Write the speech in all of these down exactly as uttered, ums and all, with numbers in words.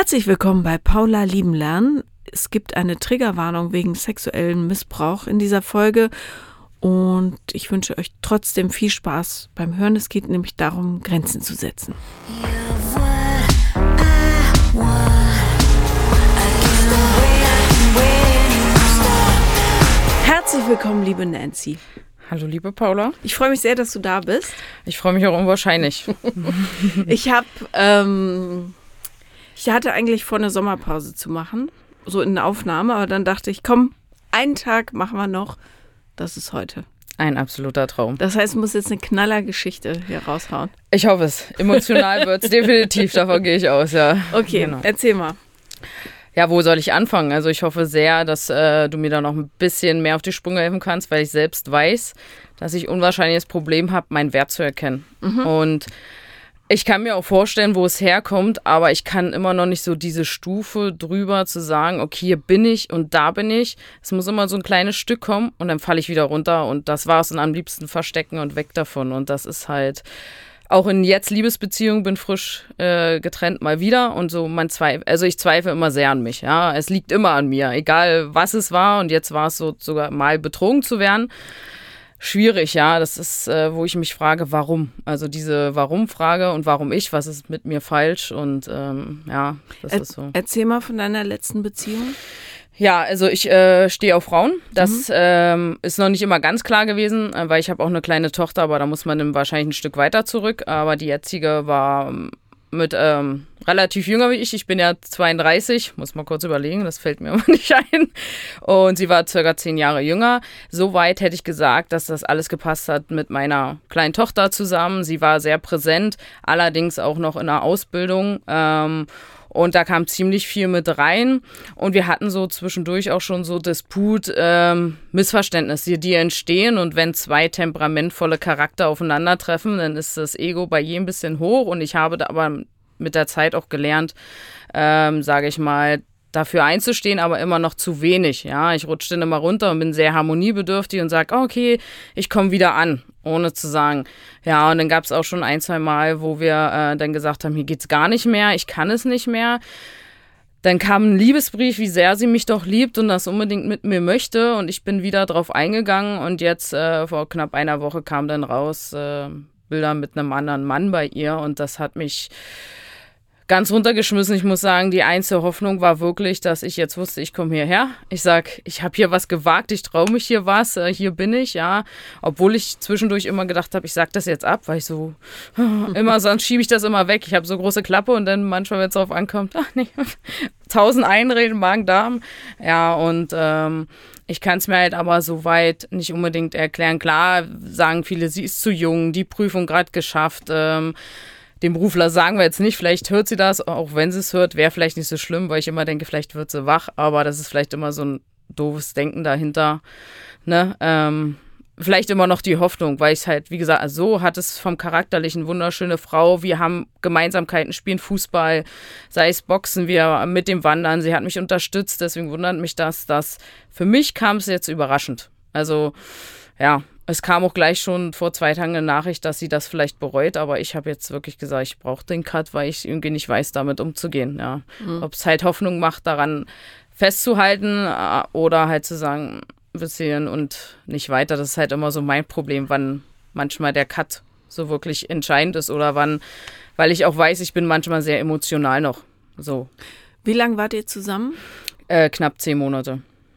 Herzlich willkommen bei Paula lieben lernen. Es gibt eine Triggerwarnung wegen sexuellen Missbrauch in dieser Folge und ich wünsche euch trotzdem viel Spaß beim Hören. Es geht nämlich darum, Grenzen zu setzen. Herzlich willkommen, liebe Nancy. Hallo, liebe Paula. Ich freue mich sehr, dass du da bist. Ich freue mich auch unwahrscheinlich. Ich habe, ähm, ich hatte eigentlich vor, eine Sommerpause zu machen, so in der Aufnahme, aber dann dachte ich, komm, einen Tag machen wir noch, das ist heute. Ein absoluter Traum. Das heißt, ich muss jetzt eine Knallergeschichte hier raushauen. Ich hoffe es. Emotional wird es definitiv, davon gehe ich aus, ja. Okay, genau. Erzähl mal. Ja, wo soll ich anfangen? Also ich hoffe sehr, dass äh, du mir da noch ein bisschen mehr auf die Sprünge helfen kannst, weil ich selbst weiß, dass ich unwahrscheinliches Problem habe, meinen Wert zu erkennen. Mhm. Und ich kann mir auch vorstellen, wo es herkommt, aber ich kann immer noch nicht so diese Stufe drüber zu sagen, okay, hier bin ich und da bin ich. Es muss immer so ein kleines Stück kommen und dann falle ich wieder runter und das war's und am liebsten verstecken und weg davon. Und das ist halt auch in jetzt Liebesbeziehungen, bin frisch äh, getrennt mal wieder und so man zweifelt, also ich zweifle immer sehr an mich, ja, es liegt immer an mir, egal was es war und jetzt war es so sogar mal betrogen zu werden. Schwierig, ja, das ist, äh, wo ich mich frage, warum? Also diese Warum-Frage und warum ich, was ist mit mir falsch und ähm, ja, das er- ist so. Erzähl mal von deiner letzten Beziehung. Ja, also ich äh, stehe auf Frauen. Das mhm. ähm, ist noch nicht immer ganz klar gewesen, äh, weil ich habe auch eine kleine Tochter, aber da muss man dann wahrscheinlich ein Stück weiter zurück. Aber die jetzige war mit ähm, relativ jünger wie ich. Ich bin ja zweiunddreißig, muss mal kurz überlegen, das fällt mir aber nicht ein. Und sie war circa zehn Jahre jünger. Soweit hätte ich gesagt, dass das alles gepasst hat mit meiner kleinen Tochter zusammen. Sie war sehr präsent, allerdings auch noch in der Ausbildung. Ähm, Und da kam ziemlich viel mit rein und wir hatten so zwischendurch auch schon so Disput, ähm, Missverständnisse, die entstehen. Und wenn zwei temperamentvolle Charakter aufeinandertreffen, dann ist das Ego bei jedem ein bisschen hoch. Und ich habe da aber mit der Zeit auch gelernt, ähm, sage ich mal, dafür einzustehen, aber immer noch zu wenig. Ja, ich rutsche dann immer runter und bin sehr harmoniebedürftig und sage, oh, okay, ich komme wieder an, ohne zu sagen. Ja, und dann gab es auch schon ein, zwei Mal, wo wir äh, dann gesagt haben, hier geht's gar nicht mehr, ich kann es nicht mehr. Dann kam ein Liebesbrief, wie sehr sie mich doch liebt und das unbedingt mit mir möchte. Und ich bin wieder drauf eingegangen und jetzt äh, vor knapp einer Woche kam dann raus äh, Bilder mit einem anderen Mann bei ihr und das hat mich ganz runtergeschmissen. Ich muss sagen, die einzige Hoffnung war wirklich, dass ich jetzt wusste, ich komme hierher. Ich sag, ich habe hier was gewagt, ich traue mich hier was, äh, hier bin ich, ja. Obwohl ich zwischendurch immer gedacht habe, ich sag das jetzt ab, weil ich so, immer, sonst schiebe ich das immer weg. Ich habe so große Klappe und dann manchmal, wenn es drauf ankommt, ach nee, tausend Einreden, Magen, Darm. Ja, und ähm, ich kann es mir halt aber soweit nicht unbedingt erklären. Klar sagen viele, sie ist zu jung, die Prüfung gerade geschafft, ähm, dem Berufler sagen wir jetzt nicht, vielleicht hört sie das, auch wenn sie es hört, wäre vielleicht nicht so schlimm, weil ich immer denke, vielleicht wird sie wach, aber das ist vielleicht immer so ein doofes Denken dahinter, ne, ähm, vielleicht immer noch die Hoffnung, weil ich halt, wie gesagt, also so hat es vom Charakterlichen wunderschöne Frau, wir haben Gemeinsamkeiten, spielen Fußball, sei es Boxen, wir mit dem Wandern, sie hat mich unterstützt, deswegen wundert mich das, dass für mich kam es jetzt überraschend, also, ja, es kam auch gleich schon vor zwei Tagen eine Nachricht, dass sie das vielleicht bereut, aber ich habe jetzt wirklich gesagt, ich brauche den Cut, weil ich irgendwie nicht weiß, damit umzugehen. Ja. Mhm. Ob es halt Hoffnung macht, daran festzuhalten oder halt zu sagen, wir sehen und nicht weiter. Das ist halt immer so mein Problem, wann manchmal der Cut so wirklich entscheidend ist oder wann, weil ich auch weiß, ich bin manchmal sehr emotional noch. So. Wie lange wart ihr zusammen? Äh, knapp zehn Monate.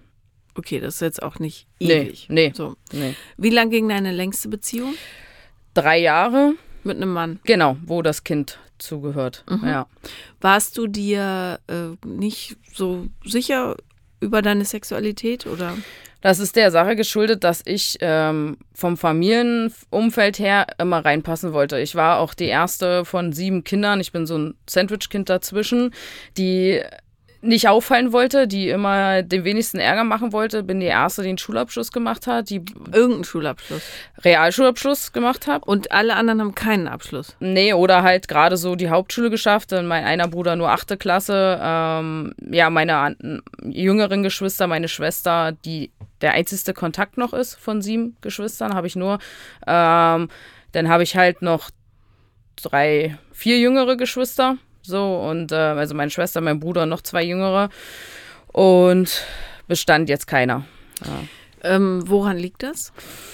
Okay, das ist jetzt auch nicht ewig. Nee, nee, so. nee. Wie lang ging deine längste Beziehung? Drei Jahre. Mit einem Mann? Genau, wo das Kind zugehört, mhm. ja. Warst du dir äh, nicht so sicher über deine Sexualität, oder? Das ist der Sache geschuldet, dass ich ähm, vom Familienumfeld her immer reinpassen wollte. Ich war auch die erste von sieben Kindern. Ich bin so ein Sandwich-Kind dazwischen, die nicht auffallen wollte, die immer den wenigsten Ärger machen wollte. Bin die Erste, die einen Schulabschluss gemacht hat. Die Irgendeinen Schulabschluss? Realschulabschluss gemacht hat. Und alle anderen haben keinen Abschluss? Nee, oder halt gerade so die Hauptschule geschafft. Mein einer Bruder nur achte Klasse. Ähm, ja, meine an- jüngeren Geschwister, meine Schwester, die der einzigste Kontakt noch ist von sieben Geschwistern, habe ich nur. Ähm, dann habe ich halt noch drei, vier jüngere Geschwister. so und äh, also meine Schwester, mein Bruder und noch zwei Jüngere und bestand jetzt keiner. Ja. Ähm, woran liegt das?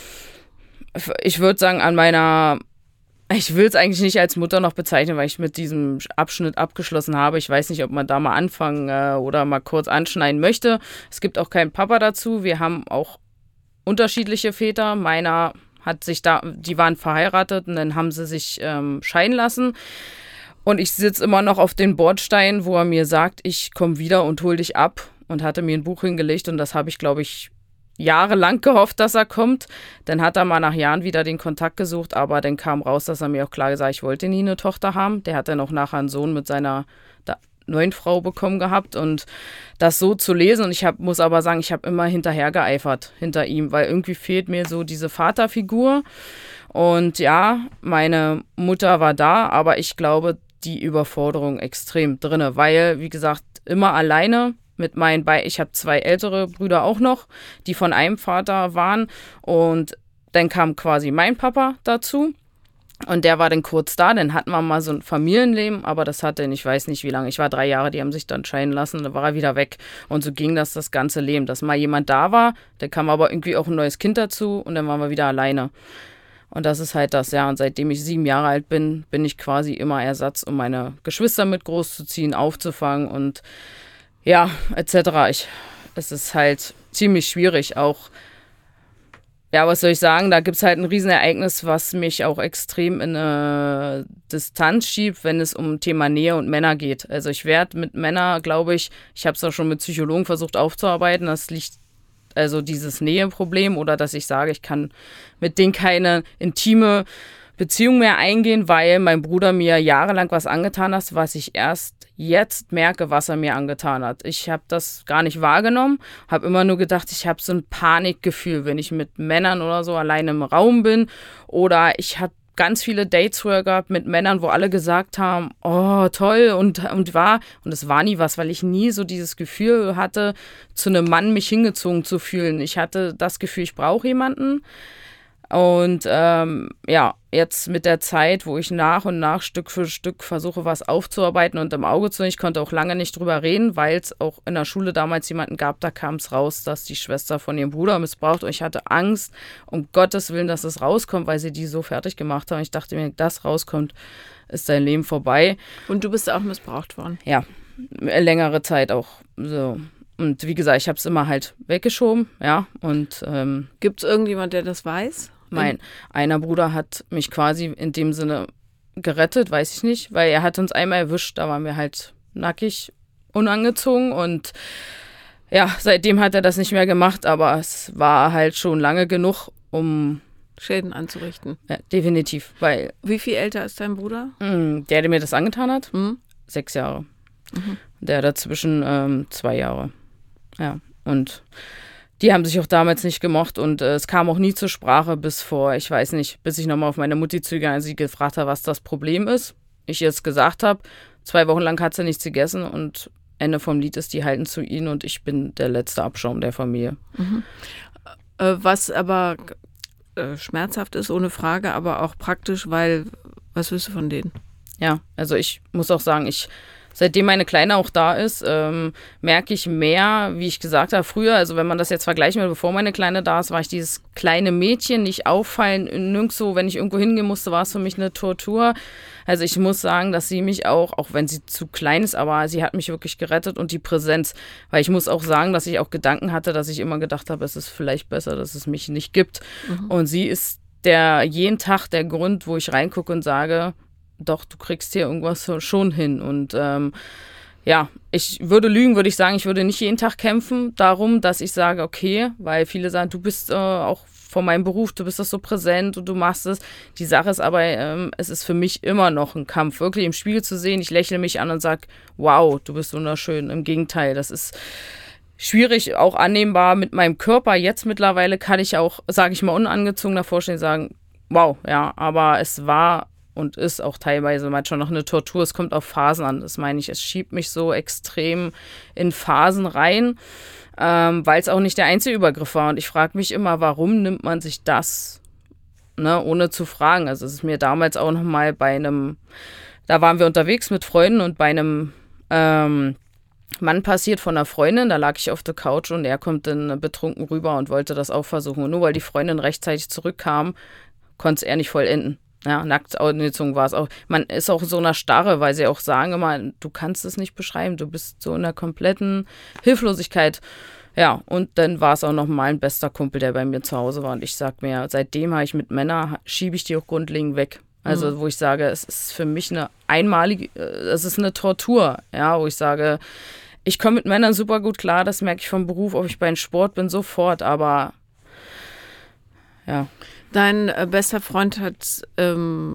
Ich würde sagen, an meiner, ich will es eigentlich nicht als Mutter noch bezeichnen, weil ich mit diesem Abschnitt abgeschlossen habe. Ich weiß nicht, ob man da mal anfangen äh, oder mal kurz anschneiden möchte. Es gibt auch keinen Papa dazu. Wir haben auch unterschiedliche Väter. Meiner hat sich da, die waren verheiratet und dann haben sie sich ähm, scheiden lassen. Und ich sitze immer noch auf den Bordstein, wo er mir sagt, ich komme wieder und hol dich ab und hatte mir ein Buch hingelegt und das habe ich, glaube ich, jahrelang gehofft, dass er kommt. Dann hat er mal nach Jahren wieder den Kontakt gesucht, aber dann kam raus, dass er mir auch klar gesagt hat, ich wollte nie eine Tochter haben. Der hat dann auch nachher einen Sohn mit seiner da, neuen Frau bekommen gehabt und das so zu lesen und ich hab, muss aber sagen, ich habe immer hinterher geeifert hinter ihm, weil irgendwie fehlt mir so diese Vaterfigur und ja, meine Mutter war da, aber ich glaube, die Überforderung extrem drinne, weil, wie gesagt, immer alleine mit meinen beiden, ich habe zwei ältere Brüder auch noch, die von einem Vater waren und dann kam quasi mein Papa dazu und der war dann kurz da, dann hatten wir mal so ein Familienleben, aber das hat dann, ich weiß nicht wie lange, ich war drei Jahre, die haben sich dann scheiden lassen, dann war er wieder weg und so ging das das ganze Leben, dass mal jemand da war, dann kam aber irgendwie auch ein neues Kind dazu und dann waren wir wieder alleine. Und das ist halt das, ja. Und seitdem ich sieben Jahre alt bin, bin ich quasi immer Ersatz, um meine Geschwister mit großzuziehen, aufzufangen und ja, et cetera. Ich, es ist halt ziemlich schwierig auch. Ja, was soll ich sagen? Da gibt es halt ein Riesenereignis, was mich auch extrem in eine Distanz schiebt, wenn es um Thema Nähe und Männer geht. Also ich werde mit Männern, glaube ich, ich habe es auch schon mit Psychologen versucht aufzuarbeiten, das liegt also dieses Näheproblem oder dass ich sage, ich kann mit denen keine intime Beziehung mehr eingehen, weil mein Bruder mir jahrelang was angetan hat, was ich erst jetzt merke, was er mir angetan hat. Ich habe das gar nicht wahrgenommen, habe immer nur gedacht, ich habe so ein Panikgefühl, wenn ich mit Männern oder so alleine im Raum bin oder ich habe ganz viele Dates früher gehabt mit Männern, wo alle gesagt haben, oh, toll und, und war, und es war nie was, weil ich nie so dieses Gefühl hatte, zu einem Mann mich hingezogen zu fühlen. Ich hatte das Gefühl, ich brauche jemanden. Und ähm, ja, jetzt mit der Zeit, wo ich nach und nach Stück für Stück versuche, was aufzuarbeiten und im Auge zu nehmen, ich konnte auch lange nicht drüber reden, weil es auch in der Schule damals jemanden gab, da kam es raus, dass die Schwester von ihrem Bruder missbraucht und ich hatte Angst, um Gottes Willen, dass es rauskommt, weil sie die so fertig gemacht haben. Ich dachte mir, wenn das rauskommt, ist dein Leben vorbei. Und du bist auch missbraucht worden? Ja, längere Zeit auch so. Und wie gesagt, ich habe es immer halt weggeschoben, ja. Und ähm, gibt es irgendjemand, der das weiß? Mein einer Bruder hat mich quasi in dem Sinne gerettet, weiß ich nicht, weil er hat uns einmal erwischt, da waren wir halt nackig, unangezogen und ja, seitdem hat er das nicht mehr gemacht, aber es war halt schon lange genug, um Schäden anzurichten. Ja, definitiv, weil... Wie viel älter ist dein Bruder? Mh, der, der mir das angetan hat, mhm. sechs Jahre. Mhm. Der dazwischen ähm, zwei Jahre. Ja, und... Die haben sich auch damals nicht gemocht und äh, es kam auch nie zur Sprache bis vor, ich weiß nicht, bis ich nochmal auf meine Mutti zugegangen bin, sie gefragt hat, was das Problem ist. Ich jetzt gesagt habe, zwei Wochen lang hat sie nichts gegessen und Ende vom Lied ist, die halten zu ihnen und ich bin der letzte Abschaum der Familie. Mhm. Äh, was aber äh, schmerzhaft ist, ohne Frage, aber auch praktisch, weil, was willst du von denen? Ja, also ich muss auch sagen, ich... Seitdem meine Kleine auch da ist, ähm, merke ich mehr, wie ich gesagt habe, früher, also wenn man das jetzt vergleichen will, bevor meine Kleine da ist, war ich dieses kleine Mädchen, nicht auffallen, nirgendwo, wenn ich irgendwo hingehen musste, war es für mich eine Tortur. Also ich muss sagen, dass sie mich auch, auch wenn sie zu klein ist, aber sie hat mich wirklich gerettet und die Präsenz, weil ich muss auch sagen, dass ich auch Gedanken hatte, dass ich immer gedacht habe, es ist vielleicht besser, dass es mich nicht gibt. Mhm. Und sie ist der jeden Tag der Grund, wo ich reingucke und sage, doch, du kriegst hier irgendwas schon hin. Und ähm, ja, ich würde lügen, würde ich sagen, ich würde nicht jeden Tag kämpfen darum, dass ich sage, okay, weil viele sagen, du bist äh, auch von meinem Beruf, du bist doch so präsent und du machst es. Die Sache ist aber, ähm, es ist für mich immer noch ein Kampf, wirklich im Spiegel zu sehen. Ich lächle mich an und sage, wow, du bist wunderschön. Im Gegenteil, das ist schwierig, auch annehmbar mit meinem Körper. Jetzt mittlerweile kann ich auch, sage ich mal, unangezogen davor stehen und sagen, wow, ja, aber es war und ist auch teilweise manchmal noch eine Tortur. Es kommt auf Phasen an. Das meine ich, es schiebt mich so extrem in Phasen rein, ähm, weil es auch nicht der einzige Übergriff war. Und ich frage mich immer, warum nimmt man sich das, ne, ohne zu fragen. Also es ist mir damals auch noch mal bei einem da waren wir unterwegs mit Freunden und bei einem ähm, Mann passiert von einer Freundin, da lag ich auf der Couch und er kommt dann betrunken rüber und wollte das auch versuchen. Und nur weil die Freundin rechtzeitig zurückkam, konnte es er nicht vollenden. Ja, nackt angezogen war es auch. Man ist auch so einer Starre, weil sie auch sagen immer, du kannst es nicht beschreiben, du bist so in einer kompletten Hilflosigkeit. Ja, und dann war es auch noch mal ein bester Kumpel, der bei mir zu Hause war. Und ich sag mir, seitdem habe ich mit Männern, schiebe ich die auch grundlegend weg. Also mhm. wo ich sage, es ist für mich eine einmalige, es ist eine Tortur. Ja, wo ich sage, ich komme mit Männern super gut klar, das merke ich vom Beruf, ob ich bei einem Sport bin, sofort. Aber ja. Dein äh, bester Freund hat ähm,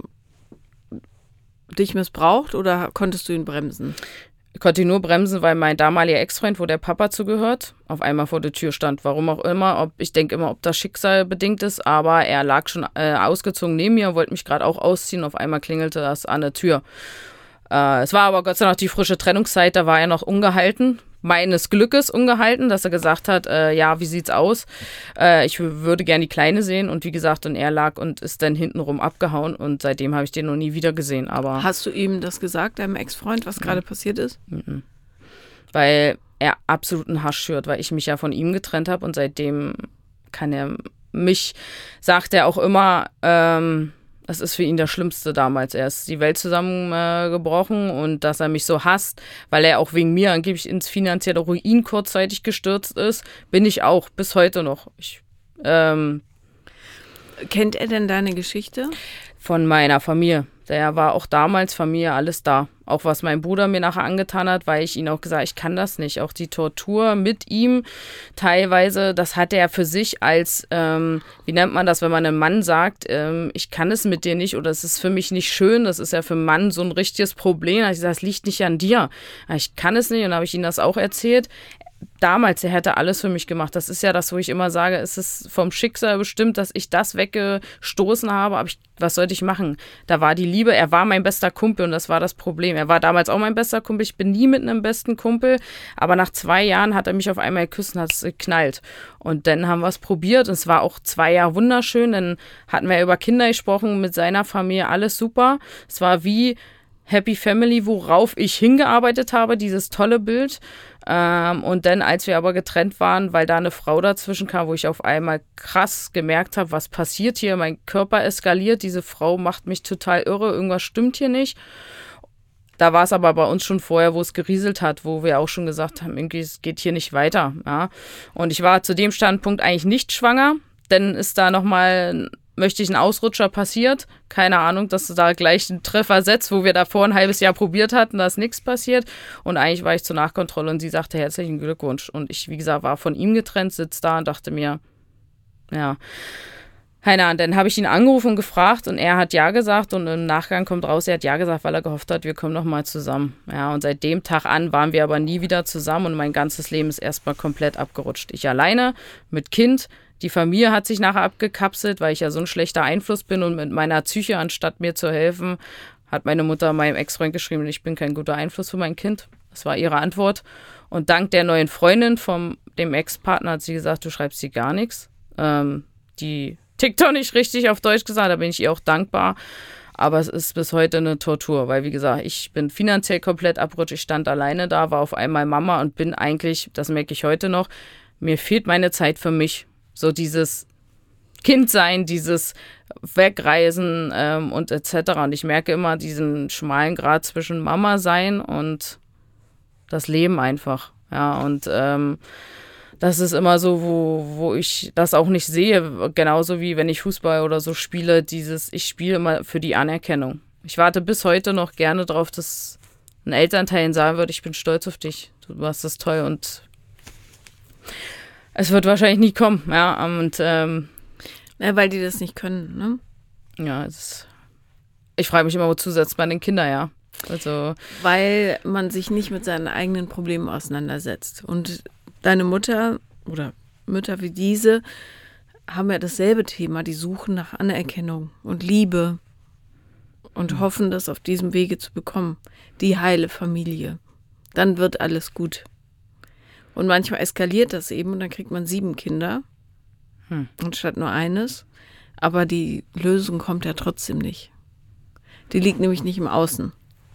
dich missbraucht oder konntest du ihn bremsen? Ich konnte ihn nur bremsen, weil mein damaliger Ex-Freund, wo der Papa zugehört, auf einmal vor der Tür stand. Warum auch immer. Ob, ich denke immer, ob das Schicksal bedingt ist, aber er lag schon äh, ausgezogen neben mir, wollte mich gerade auch ausziehen. Auf einmal klingelte das an der Tür. Äh, es war aber Gott sei Dank die frische Trennungszeit, da war er noch ungehalten. Meines Glückes ungehalten, dass er gesagt hat, äh, ja, wie sieht's aus? Äh, ich w- würde gerne die Kleine sehen. Und wie gesagt, und er lag und ist dann hintenrum abgehauen. Und seitdem habe ich den noch nie wieder gesehen. Aber hast du ihm das gesagt, deinem Ex-Freund, was gerade passiert ist? Mhm. Weil er absoluten Hass schürt, weil ich mich ja von ihm getrennt habe. Und seitdem kann er mich, sagt er auch immer, ähm, das ist für ihn das Schlimmste damals. Er ist die Welt zusammengebrochen äh, und dass er mich so hasst, weil er auch wegen mir angeblich ins finanzielle Ruin kurzzeitig gestürzt ist, bin ich auch bis heute noch. Ich, ähm, Kennt er denn deine Geschichte? Von meiner Familie. Der war auch damals Familie, alles da. Auch was mein Bruder mir nachher angetan hat, weil ich ihn auch gesagt habe, ich kann das nicht. Auch die Tortur mit ihm teilweise, das hat er für sich als, ähm, wie nennt man das, wenn man einem Mann sagt, ähm, ich kann es mit dir nicht oder es ist für mich nicht schön, das ist ja für einen Mann so ein richtiges Problem. Da habe ich gesagt, das liegt nicht an dir. Ich kann es nicht und dann habe ich ihm das auch erzählt. Damals, er hätte alles für mich gemacht. Das ist ja das, wo ich immer sage, es ist vom Schicksal bestimmt, dass ich das weggestoßen habe. Aber ich, was sollte ich machen? Da war die Liebe, er war mein bester Kumpel und das war das Problem. Er war damals auch mein bester Kumpel. Ich bin nie mit einem besten Kumpel. Aber nach zwei Jahren hat er mich auf einmal geküsst und hat es geknallt. Und dann haben wir es probiert und es war auch zwei Jahre wunderschön. Dann hatten wir über Kinder gesprochen, mit seiner Familie, alles super. Es war wie Happy Family, worauf ich hingearbeitet habe, dieses tolle Bild. Ähm, und dann, als wir aber getrennt waren, weil da eine Frau dazwischen kam, wo ich auf einmal krass gemerkt habe, was passiert hier, mein Körper eskaliert, diese Frau macht mich total irre, irgendwas stimmt hier nicht. Da war es aber bei uns schon vorher, wo es gerieselt hat, wo wir auch schon gesagt haben, irgendwie, es geht hier nicht weiter. Ja. Und ich war zu dem Standpunkt eigentlich nicht schwanger, dann ist da nochmal, möchte ich, ein Ausrutscher passiert. Keine Ahnung, dass du da gleich einen Treffer setzt, wo wir davor ein halbes Jahr probiert hatten, da ist nichts passiert. Und eigentlich war ich zur Nachkontrolle und sie sagte, herzlichen Glückwunsch. Und ich, wie gesagt, war von ihm getrennt, sitze da und dachte mir, ja, keine Ahnung. Dann habe ich ihn angerufen und gefragt und er hat ja gesagt und im Nachgang kommt raus, er hat ja gesagt, weil er gehofft hat, wir kommen nochmal zusammen. Ja, und seit dem Tag an waren wir aber nie wieder zusammen und mein ganzes Leben ist erstmal komplett abgerutscht. Ich alleine, mit Kind. Die Familie hat sich nachher abgekapselt, weil ich ja so ein schlechter Einfluss bin und mit meiner Psyche, anstatt mir zu helfen, hat meine Mutter meinem Ex-Freund geschrieben, ich bin kein guter Einfluss für mein Kind. Das war ihre Antwort. Und dank der neuen Freundin von dem Ex-Partner hat sie gesagt, du schreibst sie gar nichts. Ähm, die tickt doch nicht richtig, auf Deutsch gesagt, da bin ich ihr auch dankbar. Aber es ist bis heute eine Tortur, weil wie gesagt, ich bin finanziell komplett abrutscht. Ich stand alleine da, war auf einmal Mama und bin eigentlich, das merke ich heute noch, mir fehlt meine Zeit für mich. So dieses Kindsein, dieses Wegreisen ähm, und et cetera. Und ich merke immer diesen schmalen Grat zwischen Mama sein und das Leben einfach. Ja, und ähm, das ist immer so, wo, wo ich das auch nicht sehe. Genauso wie wenn ich Fußball oder so spiele, dieses, ich spiele immer für die Anerkennung. Ich warte bis heute noch gerne drauf, dass ein Elternteil sagen würde, ich bin stolz auf dich. Du machst das toll und es wird wahrscheinlich nie kommen, ja, und ähm, ja, weil die das nicht können, ne? Ja, es ist, ich frage mich immer, wozu setzt man den Kinder, ja. Also weil man sich nicht mit seinen eigenen Problemen auseinandersetzt. Und deine Mutter oder Mütter wie diese haben ja dasselbe Thema, die suchen nach Anerkennung und Liebe und mhm. hoffen, das auf diesem Wege zu bekommen. Die heile Familie. Dann wird alles gut. Und manchmal eskaliert das eben und dann kriegt man sieben Kinder, hm. anstatt nur eines. Aber die Lösung kommt ja trotzdem nicht. Die liegt nämlich nicht im Außen.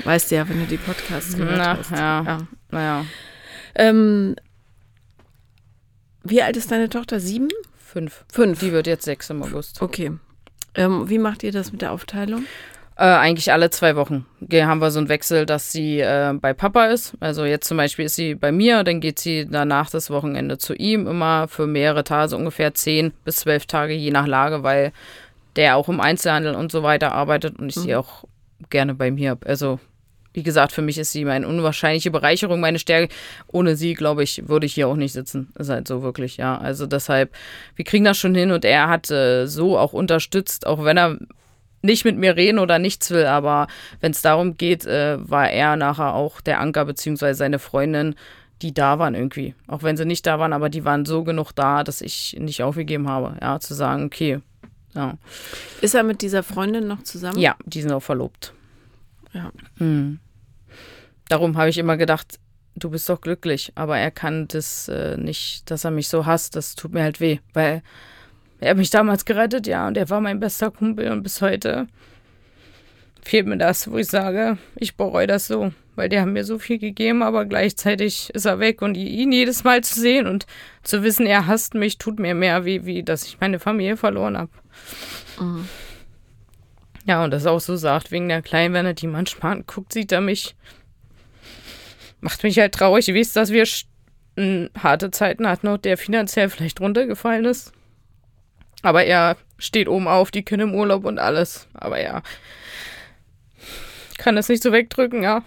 Weißt du ja, wenn du die Podcasts gehört Na, hast. ja. ja. Naja. Ähm, wie alt ist deine Tochter? Sieben? Fünf. Fünf. Die wird jetzt sechs im August. Okay. Ähm, wie macht ihr das mit der Aufteilung? Äh, eigentlich alle zwei Wochen Ge- haben wir so einen Wechsel, dass sie äh, bei Papa ist. Also jetzt zum Beispiel ist sie bei mir, dann geht sie danach das Wochenende zu ihm, immer für mehrere Tage, so ungefähr zehn bis zwölf Tage, je nach Lage, weil der auch im Einzelhandel und so weiter arbeitet und ich mhm. sie auch gerne bei mir habe. Also wie gesagt, für mich ist sie meine unwahrscheinliche Bereicherung, meine Stärke. Ohne sie, glaube ich, würde ich hier auch nicht sitzen. Ist halt so wirklich, ja. Also deshalb, wir kriegen das schon hin und er hat äh, so auch unterstützt, auch wenn er nicht mit mir reden oder nichts will, aber wenn es darum geht, äh, war er nachher auch der Anker, beziehungsweise seine Freundin, die da waren irgendwie. Auch wenn sie nicht da waren, aber die waren so genug da, dass ich nicht aufgegeben habe, ja, zu sagen, okay, ja. Ist er mit dieser Freundin noch zusammen? Ja, die sind auch verlobt. Ja. Hm. Darum habe ich immer gedacht, du bist doch glücklich, aber er kann das äh, nicht, dass er mich so hasst, das tut mir halt weh, weil er hat mich damals gerettet, ja, und er war mein bester Kumpel und bis heute fehlt mir das, wo ich sage, ich bereue das so, weil die haben mir so viel gegeben, aber gleichzeitig ist er weg und ihn jedes Mal zu sehen und zu wissen, er hasst mich, tut mir mehr weh, wie dass ich meine Familie verloren habe. Mhm. Ja, und das auch so sagt, wegen der Kleinen, wenn er die manchmal anguckt, sieht er mich, macht mich halt traurig, wie es, dass wir äh, harte Zeiten hatten und der finanziell vielleicht runtergefallen ist. Aber er steht oben auf, die Kinder im Urlaub und alles. Aber ja, ich kann das nicht so wegdrücken, ja.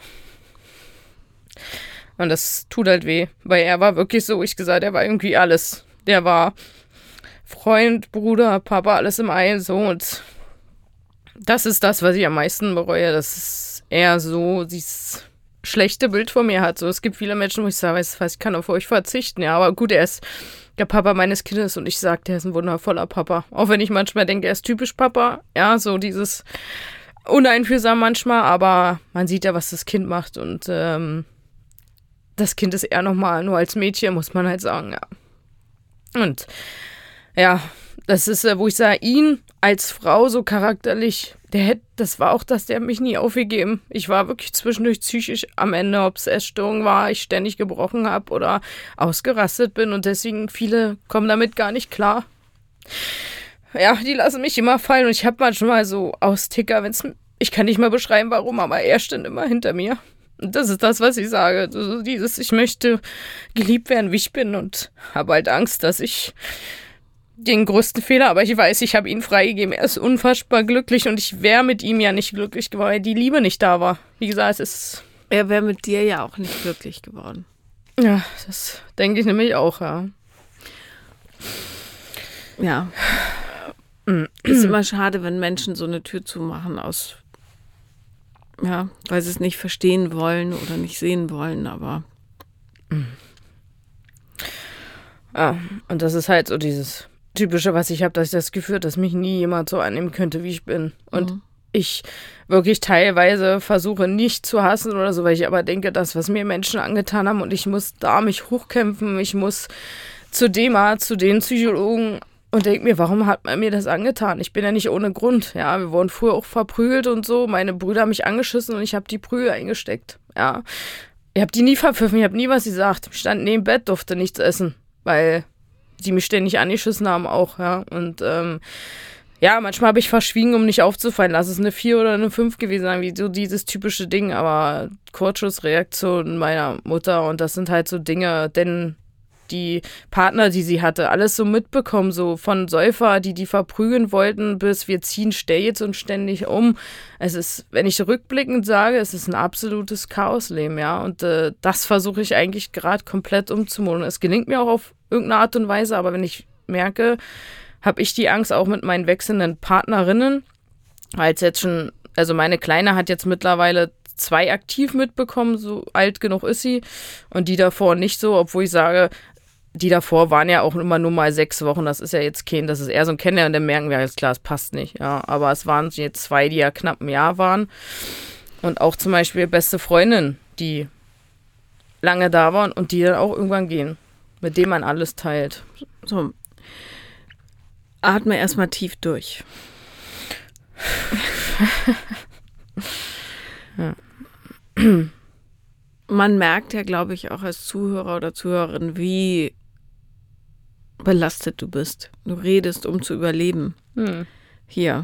Und das tut halt weh, weil er war wirklich so, ich gesagt, er war irgendwie alles. Der war Freund, Bruder, Papa, alles im einen, so. Und das ist das, was ich am meisten bereue, dass er so dieses schlechte Bild von mir hat. So, es gibt viele Menschen, wo ich sage, weißt du was, ich kann auf euch verzichten, ja. Aber gut, er ist der Papa meines Kindes und ich sage, der ist ein wundervoller Papa. Auch wenn ich manchmal denke, er ist typisch Papa. Ja, so dieses uneinfühlsam manchmal, aber man sieht ja, was das Kind macht und ähm, das Kind ist eher nochmal, nur als Mädchen, muss man halt sagen, ja. Und ja, das ist, wo ich sage, ihn als Frau so charakterlich, der hätte, das war auch das, der hat mich nie aufgegeben. Ich war wirklich zwischendurch psychisch am Ende, ob es Essstörung war, ich ständig gebrochen habe oder ausgerastet bin und deswegen viele kommen damit gar nicht klar. Ja, die lassen mich immer fallen und ich habe manchmal so Austicker, wenn's, ich kann nicht mal beschreiben, warum, aber er stand immer hinter mir. Und das ist das, was ich sage. Also dieses, ich möchte geliebt werden, wie ich bin und habe halt Angst, dass ich den größten Fehler, aber ich weiß, ich habe ihn freigegeben. Er ist unfassbar glücklich und ich wäre mit ihm ja nicht glücklich geworden, weil die Liebe nicht da war. Wie gesagt, es ist... Er wäre mit dir ja auch nicht glücklich geworden. Ja, das denke ich nämlich auch, ja. Ja. Ist immer schade, wenn Menschen so eine Tür zumachen aus, ja, weil sie es nicht verstehen wollen oder nicht sehen wollen, aber... Ja, und das ist halt so dieses Typische, was ich habe, dass ich das Gefühl habe, dass mich nie jemand so annehmen könnte, wie ich bin. Und mhm. ich wirklich teilweise versuche nicht zu hassen oder so, weil ich aber denke, das, was mir Menschen angetan haben und ich muss da mich hochkämpfen, ich muss zu dem Arzt, zu den Psychologen und denke mir, warum hat man mir das angetan? Ich bin ja nicht ohne Grund, ja, wir wurden früher auch verprügelt und so, meine Brüder haben mich angeschissen und ich habe die Prügel eingesteckt, ja. Ich habe die nie verpfiffen, ich habe nie was gesagt, ich stand neben Bett, durfte nichts essen, weil die mich ständig angeschissen haben auch, ja, und ähm, ja, manchmal habe ich verschwiegen, um nicht aufzufallen, lass es eine vier oder eine fünf gewesen sein, wie so dieses typische Ding, aber Kurzschlussreaktion meiner Mutter und das sind halt so Dinge, denn die Partner, die sie hatte, alles so mitbekommen, so von Säufer, die die verprügeln wollten, bis wir ziehen stets und ständig um. Es ist, wenn ich rückblickend sage, es ist ein absolutes Chaosleben, ja, und äh, das versuche ich eigentlich gerade komplett umzumodeln. Es gelingt mir auch auf irgendeine Art und Weise, aber wenn ich merke, habe ich die Angst auch mit meinen wechselnden Partnerinnen, weil es jetzt schon, also meine Kleine hat jetzt mittlerweile zwei aktiv mitbekommen, so alt genug ist sie, und die davor nicht so, obwohl ich sage, die davor waren ja auch immer nur mal sechs Wochen, das ist ja jetzt kein, das ist eher so ein Kennenlernen, dann merken wir jetzt klar, es passt nicht, ja, aber es waren jetzt zwei, die ja knapp ein Jahr waren und auch zum Beispiel beste Freundin, die lange da waren und die dann auch irgendwann gehen, mit dem man alles teilt. So, atme erstmal tief durch. Ja. man merkt ja, glaube ich, auch als Zuhörer oder Zuhörerin, wie belastet du bist. Du redest, um zu überleben. Hm. Hier.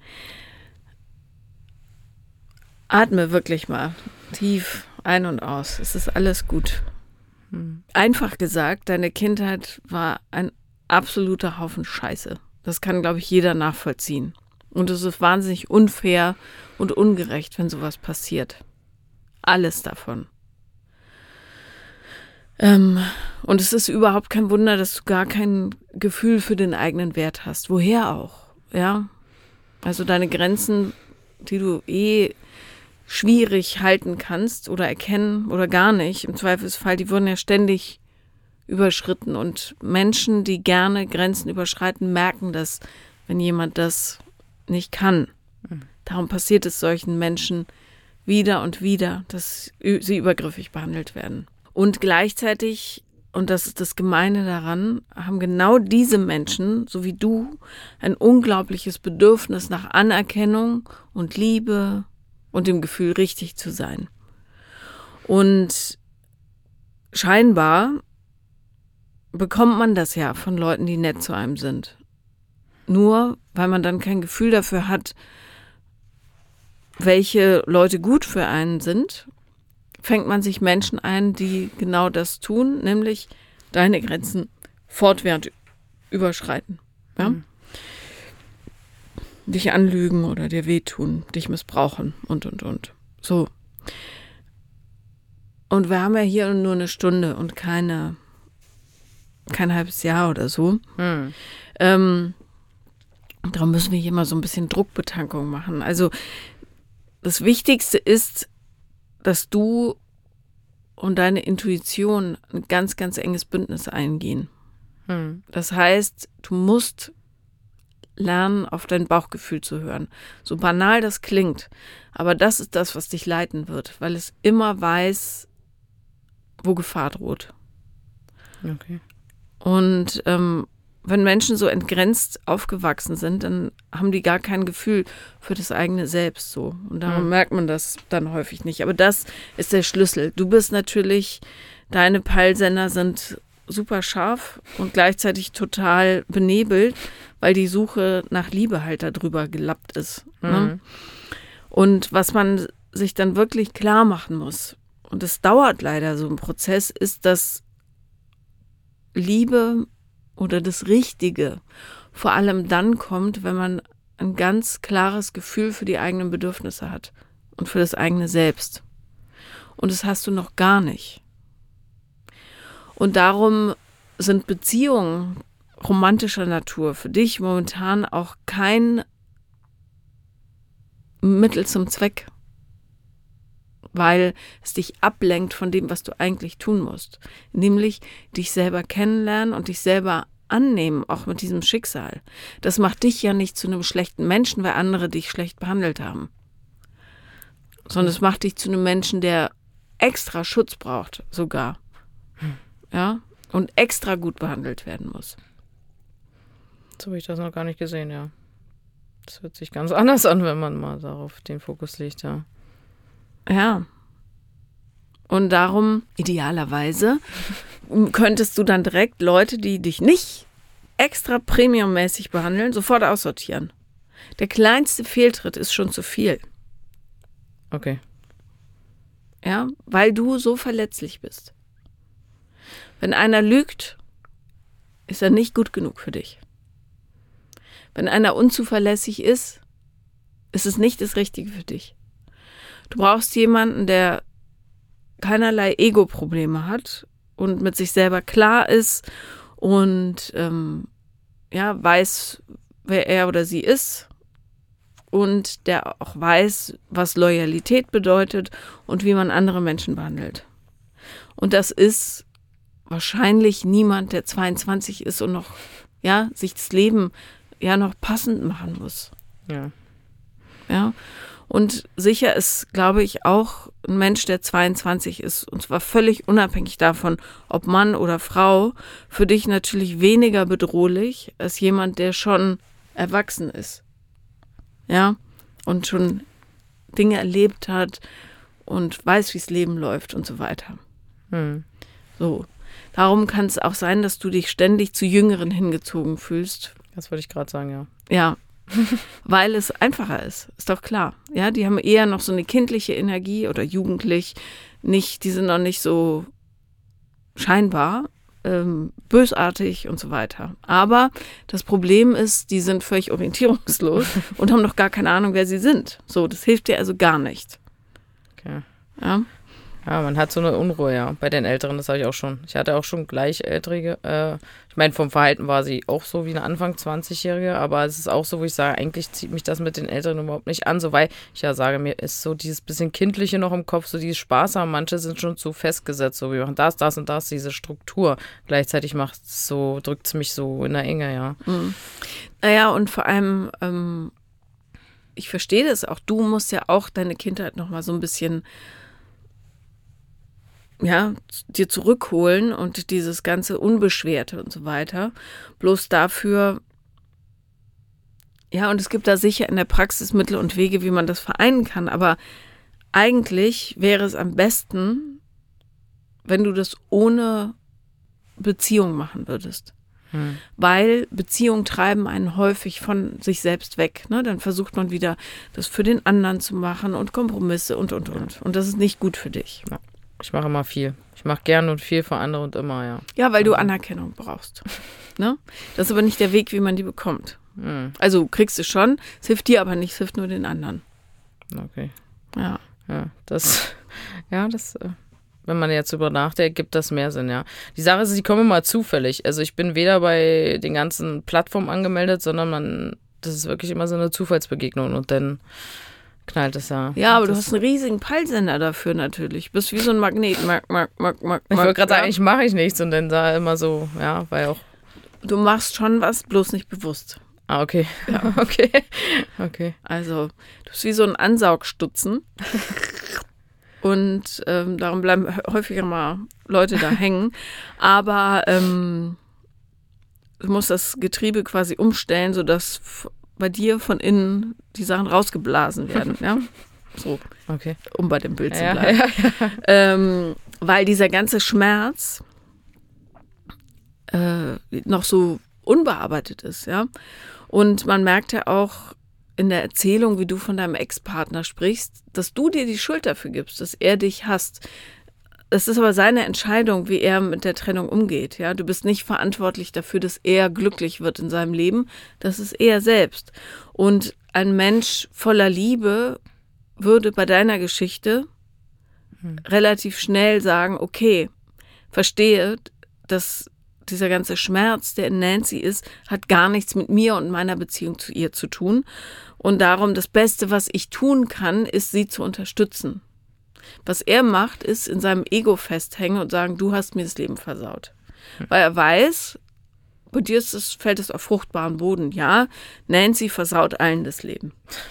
Atme wirklich mal tief ein und aus. Es ist alles gut. Hm. Einfach gesagt, deine Kindheit war ein absoluter Haufen Scheiße. Das kann, glaube ich, jeder nachvollziehen. Und es ist wahnsinnig unfair und ungerecht, wenn sowas passiert. Alles davon. Ähm, und es ist überhaupt kein Wunder, dass du gar kein Gefühl für den eigenen Wert hast. Woher auch, ja? Also deine Grenzen, die du eh schwierig halten kannst oder erkennen oder gar nicht, im Zweifelsfall, die wurden ja ständig überschritten. Und Menschen, die gerne Grenzen überschreiten, merken das, wenn jemand das nicht kann. Darum passiert es solchen Menschen wieder und wieder, dass sie übergriffig behandelt werden. Und gleichzeitig, und das ist das Gemeine daran, haben genau diese Menschen, so wie du, ein unglaubliches Bedürfnis nach Anerkennung und Liebe und dem Gefühl, richtig zu sein. Und scheinbar bekommt man das ja von Leuten, die nett zu einem sind. Nur weil man dann kein Gefühl dafür hat, welche Leute gut für einen sind, fängt man sich Menschen ein, die genau das tun, nämlich deine Grenzen fortwährend überschreiten. Ja? Mhm. Dich anlügen oder dir wehtun, dich missbrauchen und, und, und. So. Und wir haben ja hier nur eine Stunde und keine, kein halbes Jahr oder so. Mhm. Ähm, darum müssen wir hier mal so ein bisschen Druckbetankung machen. Also das Wichtigste ist, dass du und deine Intuition ein ganz, ganz enges Bündnis eingehen. Hm. Das heißt, du musst lernen, auf dein Bauchgefühl zu hören. So banal das klingt, aber das ist das, was dich leiten wird, weil es immer weiß, wo Gefahr droht. Okay. Und ähm, wenn Menschen so entgrenzt aufgewachsen sind, dann haben die gar kein Gefühl für das eigene Selbst so. Und darum mhm. merkt man das dann häufig nicht. Aber das ist der Schlüssel. Du bist natürlich, deine Peilsender sind super scharf und gleichzeitig total benebelt, weil die Suche nach Liebe halt da drüber gelappt ist. Mhm. Ne? Und was man sich dann wirklich klar machen muss, und es dauert leider so ein Prozess, ist, dass Liebe oder das Richtige vor allem dann kommt, wenn man ein ganz klares Gefühl für die eigenen Bedürfnisse hat und für das eigene Selbst. Und das hast du noch gar nicht. Und darum sind Beziehungen romantischer Natur für dich momentan auch kein Mittel zum Zweck, weil es dich ablenkt von dem, was du eigentlich tun musst. Nämlich dich selber kennenlernen und dich selber annehmen, auch mit diesem Schicksal. Das macht dich ja nicht zu einem schlechten Menschen, weil andere dich schlecht behandelt haben. Sondern es macht dich zu einem Menschen, der extra Schutz braucht, sogar. Ja? Und extra gut behandelt werden muss. So habe ich das noch gar nicht gesehen, ja. Das hört sich ganz anders an, wenn man mal darauf den Fokus legt, ja. Ja. Und darum, idealerweise, könntest du dann direkt Leute, die dich nicht extra premiummäßig behandeln, sofort aussortieren. Der kleinste Fehltritt ist schon zu viel. Okay. Ja, weil du so verletzlich bist. Wenn einer lügt, ist er nicht gut genug für dich. Wenn einer unzuverlässig ist, ist es nicht das Richtige für dich. Du brauchst jemanden, der keinerlei Ego-Probleme hat und mit sich selber klar ist und ähm, ja, weiß, wer er oder sie ist und der auch weiß, was Loyalität bedeutet und wie man andere Menschen behandelt. Und das ist wahrscheinlich niemand, der zweiundzwanzig ist und noch, ja, sich das Leben ja noch passend machen muss. Ja. Ja. Und sicher ist, glaube ich, auch ein Mensch, der zweiundzwanzig ist, und zwar völlig unabhängig davon, ob Mann oder Frau, für dich natürlich weniger bedrohlich als jemand, der schon erwachsen ist. Ja, und schon Dinge erlebt hat und weiß, wie das Leben läuft und so weiter. Hm. So. Darum kann es auch sein, dass du dich ständig zu Jüngeren hingezogen fühlst. Das wollte ich gerade sagen, ja. Ja, weil es einfacher ist, ist doch klar. Ja, die haben eher noch so eine kindliche Energie oder jugendlich, nicht, die sind noch nicht so scheinbar ähm, bösartig und so weiter. Aber das Problem ist, die sind völlig orientierungslos und haben noch gar keine Ahnung, wer sie sind. So, das hilft dir also gar nicht. Okay. Ja. Ja, man hat so eine Unruhe, ja, bei den Älteren, das habe ich auch schon. Ich hatte auch schon gleich Ältere, äh, ich meine, vom Verhalten war sie auch so wie eine Anfang zwanzigjährige, aber es ist auch so, wo ich sage, eigentlich zieht mich das mit den Älteren überhaupt nicht an, so weil ich ja sage, mir ist so dieses bisschen Kindliche noch im Kopf, so dieses Spaß haben, manche sind schon zu festgesetzt, so wir machen das, das und das, diese Struktur. Gleichzeitig macht es so, drückt es mich so in der Enge, ja. Mhm. Naja, und vor allem, ähm, ich verstehe das auch, du musst ja auch deine Kindheit nochmal so ein bisschen ja, dir zurückholen und dieses ganze Unbeschwerte und so weiter. Bloß dafür, ja, und es gibt da sicher in der Praxis Mittel und Wege, wie man das vereinen kann, aber eigentlich wäre es am besten, wenn du das ohne Beziehung machen würdest. Hm. Weil Beziehungen treiben einen häufig von sich selbst weg. Ne? Dann versucht man wieder, das für den anderen zu machen und Kompromisse und, und, und. Und das ist nicht gut für dich. Ja. Ich mache immer viel. Ich mache gern und viel für andere und immer, ja. Ja, weil du Anerkennung brauchst. Ne? Das ist aber nicht der Weg, wie man die bekommt. Hm. Also kriegst du schon, es hilft dir aber nicht, es hilft nur den anderen. Okay. Ja. Ja, das, ja, das, wenn man jetzt drüber nachdenkt, gibt das mehr Sinn, ja. Die Sache ist, die kommen immer zufällig. Also ich bin weder bei den ganzen Plattformen angemeldet, sondern man, das ist wirklich immer so eine Zufallsbegegnung und dann knallt es ja. Ja, aber das, du hast einen riesigen Peilsender dafür natürlich. Du bist wie so ein Magnet. Mag, mag, mag, mag, ich wollte gerade ja. sagen, eigentlich mache ich nichts und dann da immer so, ja, weil auch. Du machst schon was, bloß nicht bewusst. Ah, okay. Ja, okay. Okay. Also, du bist wie so ein Ansaugstutzen. Und ähm, darum bleiben häufiger mal Leute da hängen. Aber ähm, du musst das Getriebe quasi umstellen, sodass f- bei dir von innen die Sachen rausgeblasen werden. Ja? So, okay. Um bei dem Bild zu ja, bleiben. ja, ja. Ähm, weil dieser ganze Schmerz äh, noch so unbearbeitet ist. Ja? Und man merkt ja auch in der Erzählung, wie du von deinem Ex-Partner sprichst, dass du dir die Schuld dafür gibst, dass er dich hasst. Es ist aber seine Entscheidung, wie er mit der Trennung umgeht. Ja, du bist nicht verantwortlich dafür, dass er glücklich wird in seinem Leben. Das ist er selbst. Und ein Mensch voller Liebe würde bei deiner Geschichte hm. relativ schnell sagen, okay, verstehe, dass dieser ganze Schmerz, der in Nancy ist, hat gar nichts mit mir und meiner Beziehung zu ihr zu tun. Und darum, das Beste, was ich tun kann, ist, sie zu unterstützen. Was er macht, ist in seinem Ego festhängen und sagen, du hast mir das Leben versaut. Hm. Weil er weiß, bei dir ist es, fällt es auf fruchtbaren Boden. Ja, Nancy versaut allen das Leben.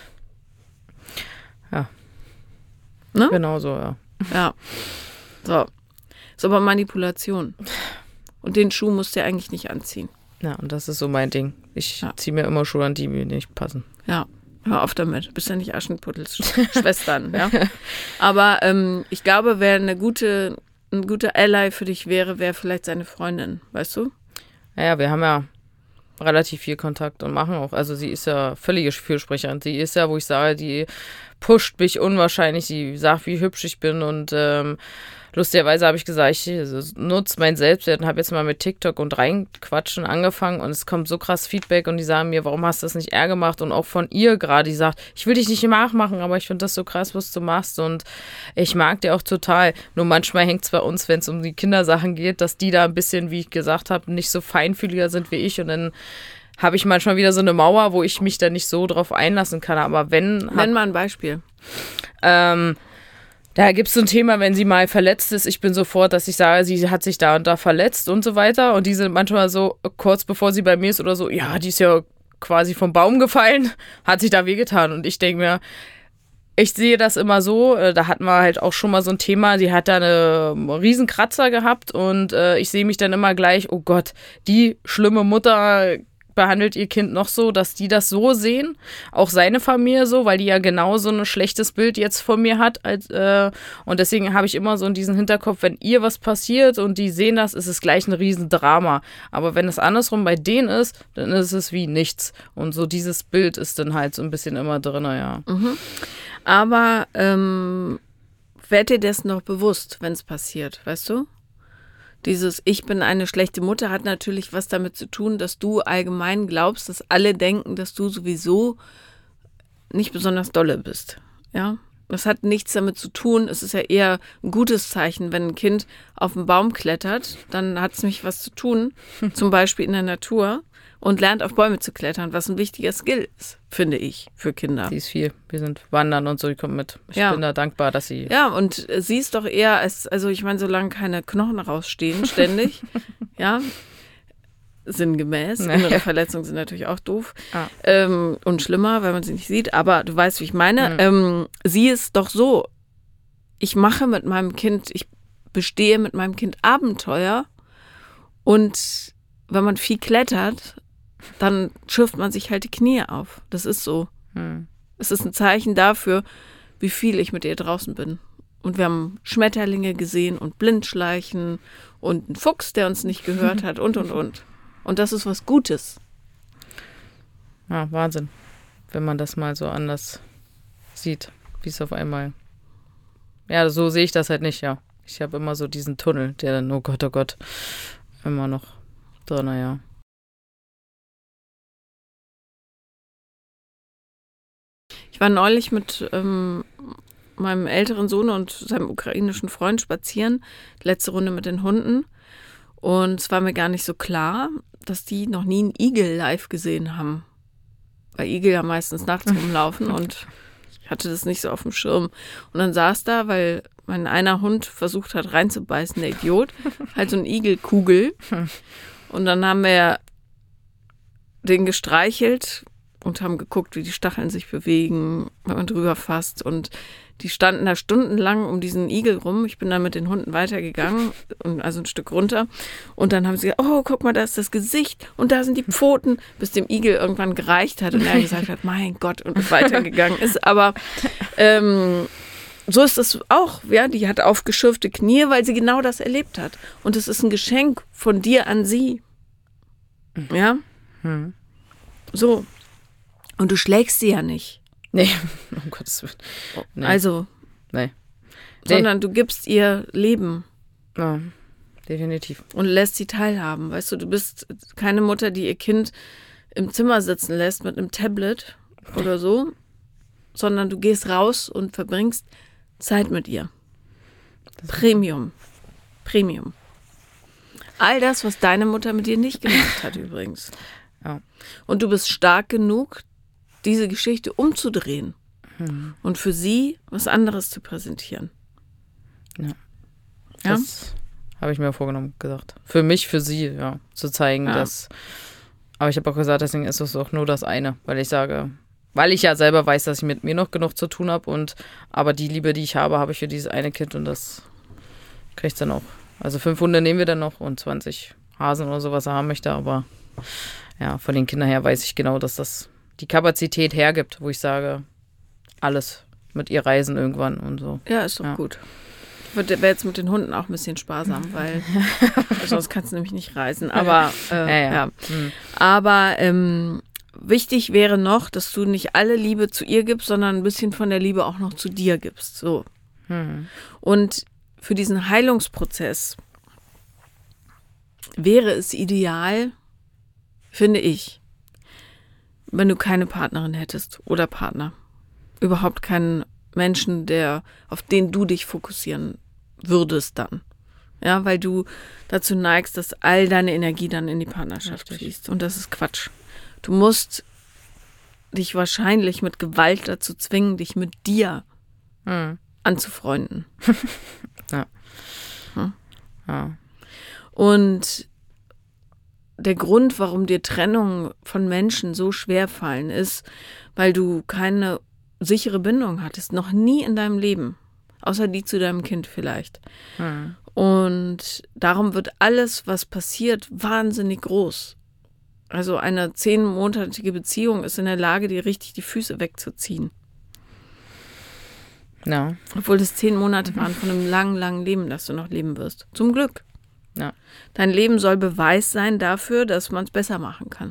Ja. Ne? Genau so, ja. Ja. So. Ist aber Manipulation. Und den Schuh musst du ja eigentlich nicht anziehen. Ja, und das ist so mein Ding. Ich ja. ziehe mir immer Schuhe an, die mir nicht passen. Ja. Hör auf damit. Du bist ja nicht Aschenputtels Schwestern. Ja? Aber ähm, ich glaube, wer eine gute, ein guter Ally für dich wäre, wäre vielleicht seine Freundin. Weißt du? Naja, wir haben ja relativ viel Kontakt und machen auch. Also sie ist ja völlige Fürsprecherin. Sie ist ja, wo ich sage, die pusht mich unwahrscheinlich. Sie sagt, wie hübsch ich bin und ähm, lustigerweise habe ich gesagt, ich nutze mein Selbstwert und habe jetzt mal mit TikTok und reinquatschen angefangen und es kommt so krass Feedback und die sagen mir, warum hast du das nicht eher gemacht? Und auch von ihr gerade, die sagt, ich will dich nicht nachmachen, aber ich finde das so krass, was du machst und ich mag dir auch total. Nur manchmal hängt es bei uns, wenn es um die Kindersachen geht, dass die da ein bisschen, wie ich gesagt habe, nicht so feinfühliger sind wie ich und dann habe ich manchmal wieder so eine Mauer, wo ich mich da nicht so drauf einlassen kann. Aber wenn... Nenn mal ein Beispiel. Ähm, Da gibt es so ein Thema, wenn sie mal verletzt ist, ich bin sofort, dass ich sage, sie hat sich da und da verletzt und so weiter. Und die sind manchmal so, kurz bevor sie bei mir ist oder so, ja, die ist ja quasi vom Baum gefallen, hat sich da wehgetan. Und ich denke mir, ich sehe das immer so, da hatten wir halt auch schon mal so ein Thema, sie hat da eine riesen Kratzer gehabt und äh, ich sehe mich dann immer gleich, oh Gott, die schlimme Mutter behandelt ihr Kind noch so, dass die das so sehen, auch seine Familie so, weil die ja genau so ein schlechtes Bild jetzt von mir hat. Als, äh, und deswegen habe ich immer so in diesen Hinterkopf, wenn ihr was passiert und die sehen das, ist es gleich ein Riesendrama. Aber wenn es andersrum bei denen ist, dann ist es wie nichts. Und so dieses Bild ist dann halt so ein bisschen immer drin, ja. Mhm. Aber ähm, werd dir dessen noch bewusst, wenn es passiert, weißt du? Dieses Ich bin eine schlechte Mutter hat natürlich was damit zu tun, dass du allgemein glaubst, dass alle denken, dass du sowieso nicht besonders dolle bist. Ja, das hat nichts damit zu tun. Es ist ja eher ein gutes Zeichen, wenn ein Kind auf einen Baum klettert, dann hat es nämlich was zu tun, zum Beispiel in der Natur, und lernt auf Bäume zu klettern, was ein wichtiger Skill ist, finde ich, für Kinder. Die ist viel. Wir sind wandern und so, die kommt mit. Ich ja. bin da dankbar, dass sie... Ja, und sie ist doch eher, als, also ich meine, solange keine Knochen rausstehen ständig, ja, sinngemäß. Naja. Innere Verletzungen sind natürlich auch doof Ah. ähm, und schlimmer, weil man sie nicht sieht, aber du weißt, wie ich meine. Mhm. Ähm, sie ist doch so, ich mache mit meinem Kind, ich bestehe mit meinem Kind Abenteuer, und wenn man viel klettert, dann schürft man sich halt die Knie auf. Das ist so. Hm. Es ist ein Zeichen dafür, wie viel ich mit ihr draußen bin. Und wir haben Schmetterlinge gesehen und Blindschleichen und einen Fuchs, der uns nicht gehört hat und, und, und. Und das ist was Gutes. Ja, Wahnsinn. Wenn man das mal so anders sieht, wie es auf einmal... Ja, so sehe ich das halt nicht, ja. Ich habe immer so diesen Tunnel, der dann, oh Gott, oh Gott, immer noch drin, ja. Ich war neulich mit ähm, meinem älteren Sohn und seinem ukrainischen Freund spazieren, letzte Runde mit den Hunden. Und es war mir gar nicht so klar, dass die noch nie einen Igel live gesehen haben. Weil Igel ja meistens nachts rumlaufen und ich hatte das nicht so auf dem Schirm. Und dann saß da, weil mein einer Hund versucht hat reinzubeißen, der Idiot, halt so eine Igelkugel. Und dann haben wir den gestreichelt und haben geguckt, wie die Stacheln sich bewegen, wenn man drüber fasst. Und die standen da stundenlang um diesen Igel rum. Ich bin dann mit den Hunden weitergegangen, also ein Stück runter. Und dann haben sie gesagt, oh, guck mal, da ist das Gesicht und da sind die Pfoten, bis dem Igel irgendwann gereicht hat und er gesagt hat, mein Gott, und weitergegangen ist. Aber ähm, so ist es auch. Ja, die hat aufgeschürfte Knie, weil sie genau das erlebt hat. Und es ist ein Geschenk von dir an sie. Ja? Hm. So. Und du schlägst sie ja nicht. Nee, um Gottes Willen. Nee. Also, Nee. sondern du gibst ihr Leben Ja, definitiv. und lässt sie teilhaben. Weißt du, du bist keine Mutter, die ihr Kind im Zimmer sitzen lässt mit einem Tablet oder so, sondern du gehst raus und verbringst Zeit mit ihr. Premium. Premium. All das, was deine Mutter mit dir nicht gemacht hat übrigens. Ja. Und du bist stark genug, diese Geschichte umzudrehen Hm. und für sie was anderes zu präsentieren. Ja. Ja? Das habe ich mir vorgenommen, gesagt. Für mich, für sie, ja, zu zeigen, Ja. dass. Aber ich habe auch gesagt, deswegen ist es auch nur das eine, weil ich sage, weil ich ja selber weiß, dass ich mit mir noch genug zu tun habe und aber die Liebe, die ich habe, habe ich für dieses eine Kind und das kriege ich dann auch. Also fünf Hunde nehmen wir dann noch und zwanzig Hasen oder so, was er haben möchte, aber ja, von den Kindern her weiß ich genau, dass das die Kapazität hergibt, wo ich sage, alles mit ihr reisen irgendwann und so. Ja, ist doch Ja. gut. Wäre jetzt mit den Hunden auch ein bisschen sparsam, weil sonst kannst du nämlich nicht reisen. Aber äh, Ja, ja. ja. Hm. Aber ähm, wichtig wäre noch, dass du nicht alle Liebe zu ihr gibst, sondern ein bisschen von der Liebe auch noch zu dir gibst. So. Hm. Und für diesen Heilungsprozess wäre es ideal, finde ich, wenn du keine Partnerin hättest oder Partner. Überhaupt keinen Menschen, der, auf den du dich fokussieren würdest dann. Ja, weil du dazu neigst, dass all deine Energie dann in die Partnerschaft Richtig. fließt. Und das ist Quatsch. Du musst dich wahrscheinlich mit Gewalt dazu zwingen, dich mit dir Hm. anzufreunden. Ja. Hm. Ja. Und der Grund, warum dir Trennungen von Menschen so schwer fallen, ist, weil du keine sichere Bindung hattest, noch nie in deinem Leben, außer die zu deinem Kind vielleicht. Hm. Und darum wird alles, was passiert, wahnsinnig groß. Also eine zehnmonatige Beziehung ist in der Lage, dir richtig die Füße wegzuziehen. Ja. Obwohl das zehn Monate waren von einem langen, langen Leben, das du noch leben wirst. Zum Glück. Ja. Dein Leben soll Beweis sein dafür, dass man es besser machen kann.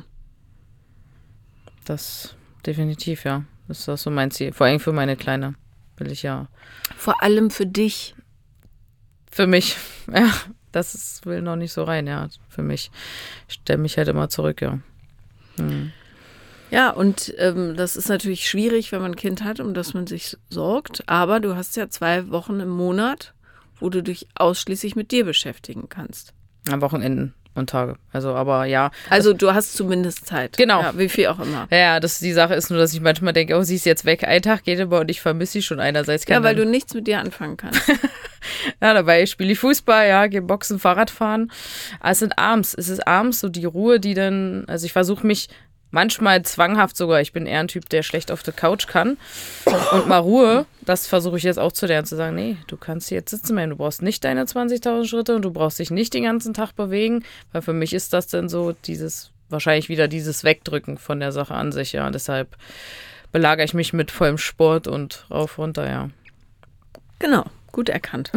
Das definitiv, ja. Das ist auch so mein Ziel. Vor allem für meine Kleine will ich ja. Vor allem für dich. Für mich, ja. Das ist, will noch nicht so rein, ja. Für mich. Ich stelle mich halt immer zurück, ja. Hm. Ja, und ähm, das ist natürlich schwierig, wenn man ein Kind hat, um das man sich sorgt. Aber du hast ja zwei Wochen im Monat, wo du dich ausschließlich mit dir beschäftigen kannst. Am Wochenenden und Tage. Also, aber ja. Also du hast zumindest Zeit. Genau. Ja, wie viel auch immer. Ja, das, die Sache ist nur, dass ich manchmal denke, oh, sie ist jetzt weg. Ein Tag geht aber und ich vermisse sie schon einerseits. Ja, weil du nichts mit dir anfangen kannst. Ja, dabei spiele ich Fußball, ja, gehe Boxen, Fahrrad fahren. Aber es sind abends. Es ist abends so die Ruhe, die dann, also ich versuche mich manchmal zwanghaft sogar, ich bin eher ein Typ, der schlecht auf der Couch kann. Und mal Ruhe, das versuche ich jetzt auch zu lernen, zu sagen, nee, du kannst hier jetzt sitzen bleiben, du brauchst nicht deine zwanzigtausend Schritte und du brauchst dich nicht den ganzen Tag bewegen, weil für mich ist das dann so dieses, wahrscheinlich wieder dieses Wegdrücken von der Sache an sich, ja. Deshalb belagere ich mich mit vollem Sport und rauf, runter, ja. Genau, gut erkannt.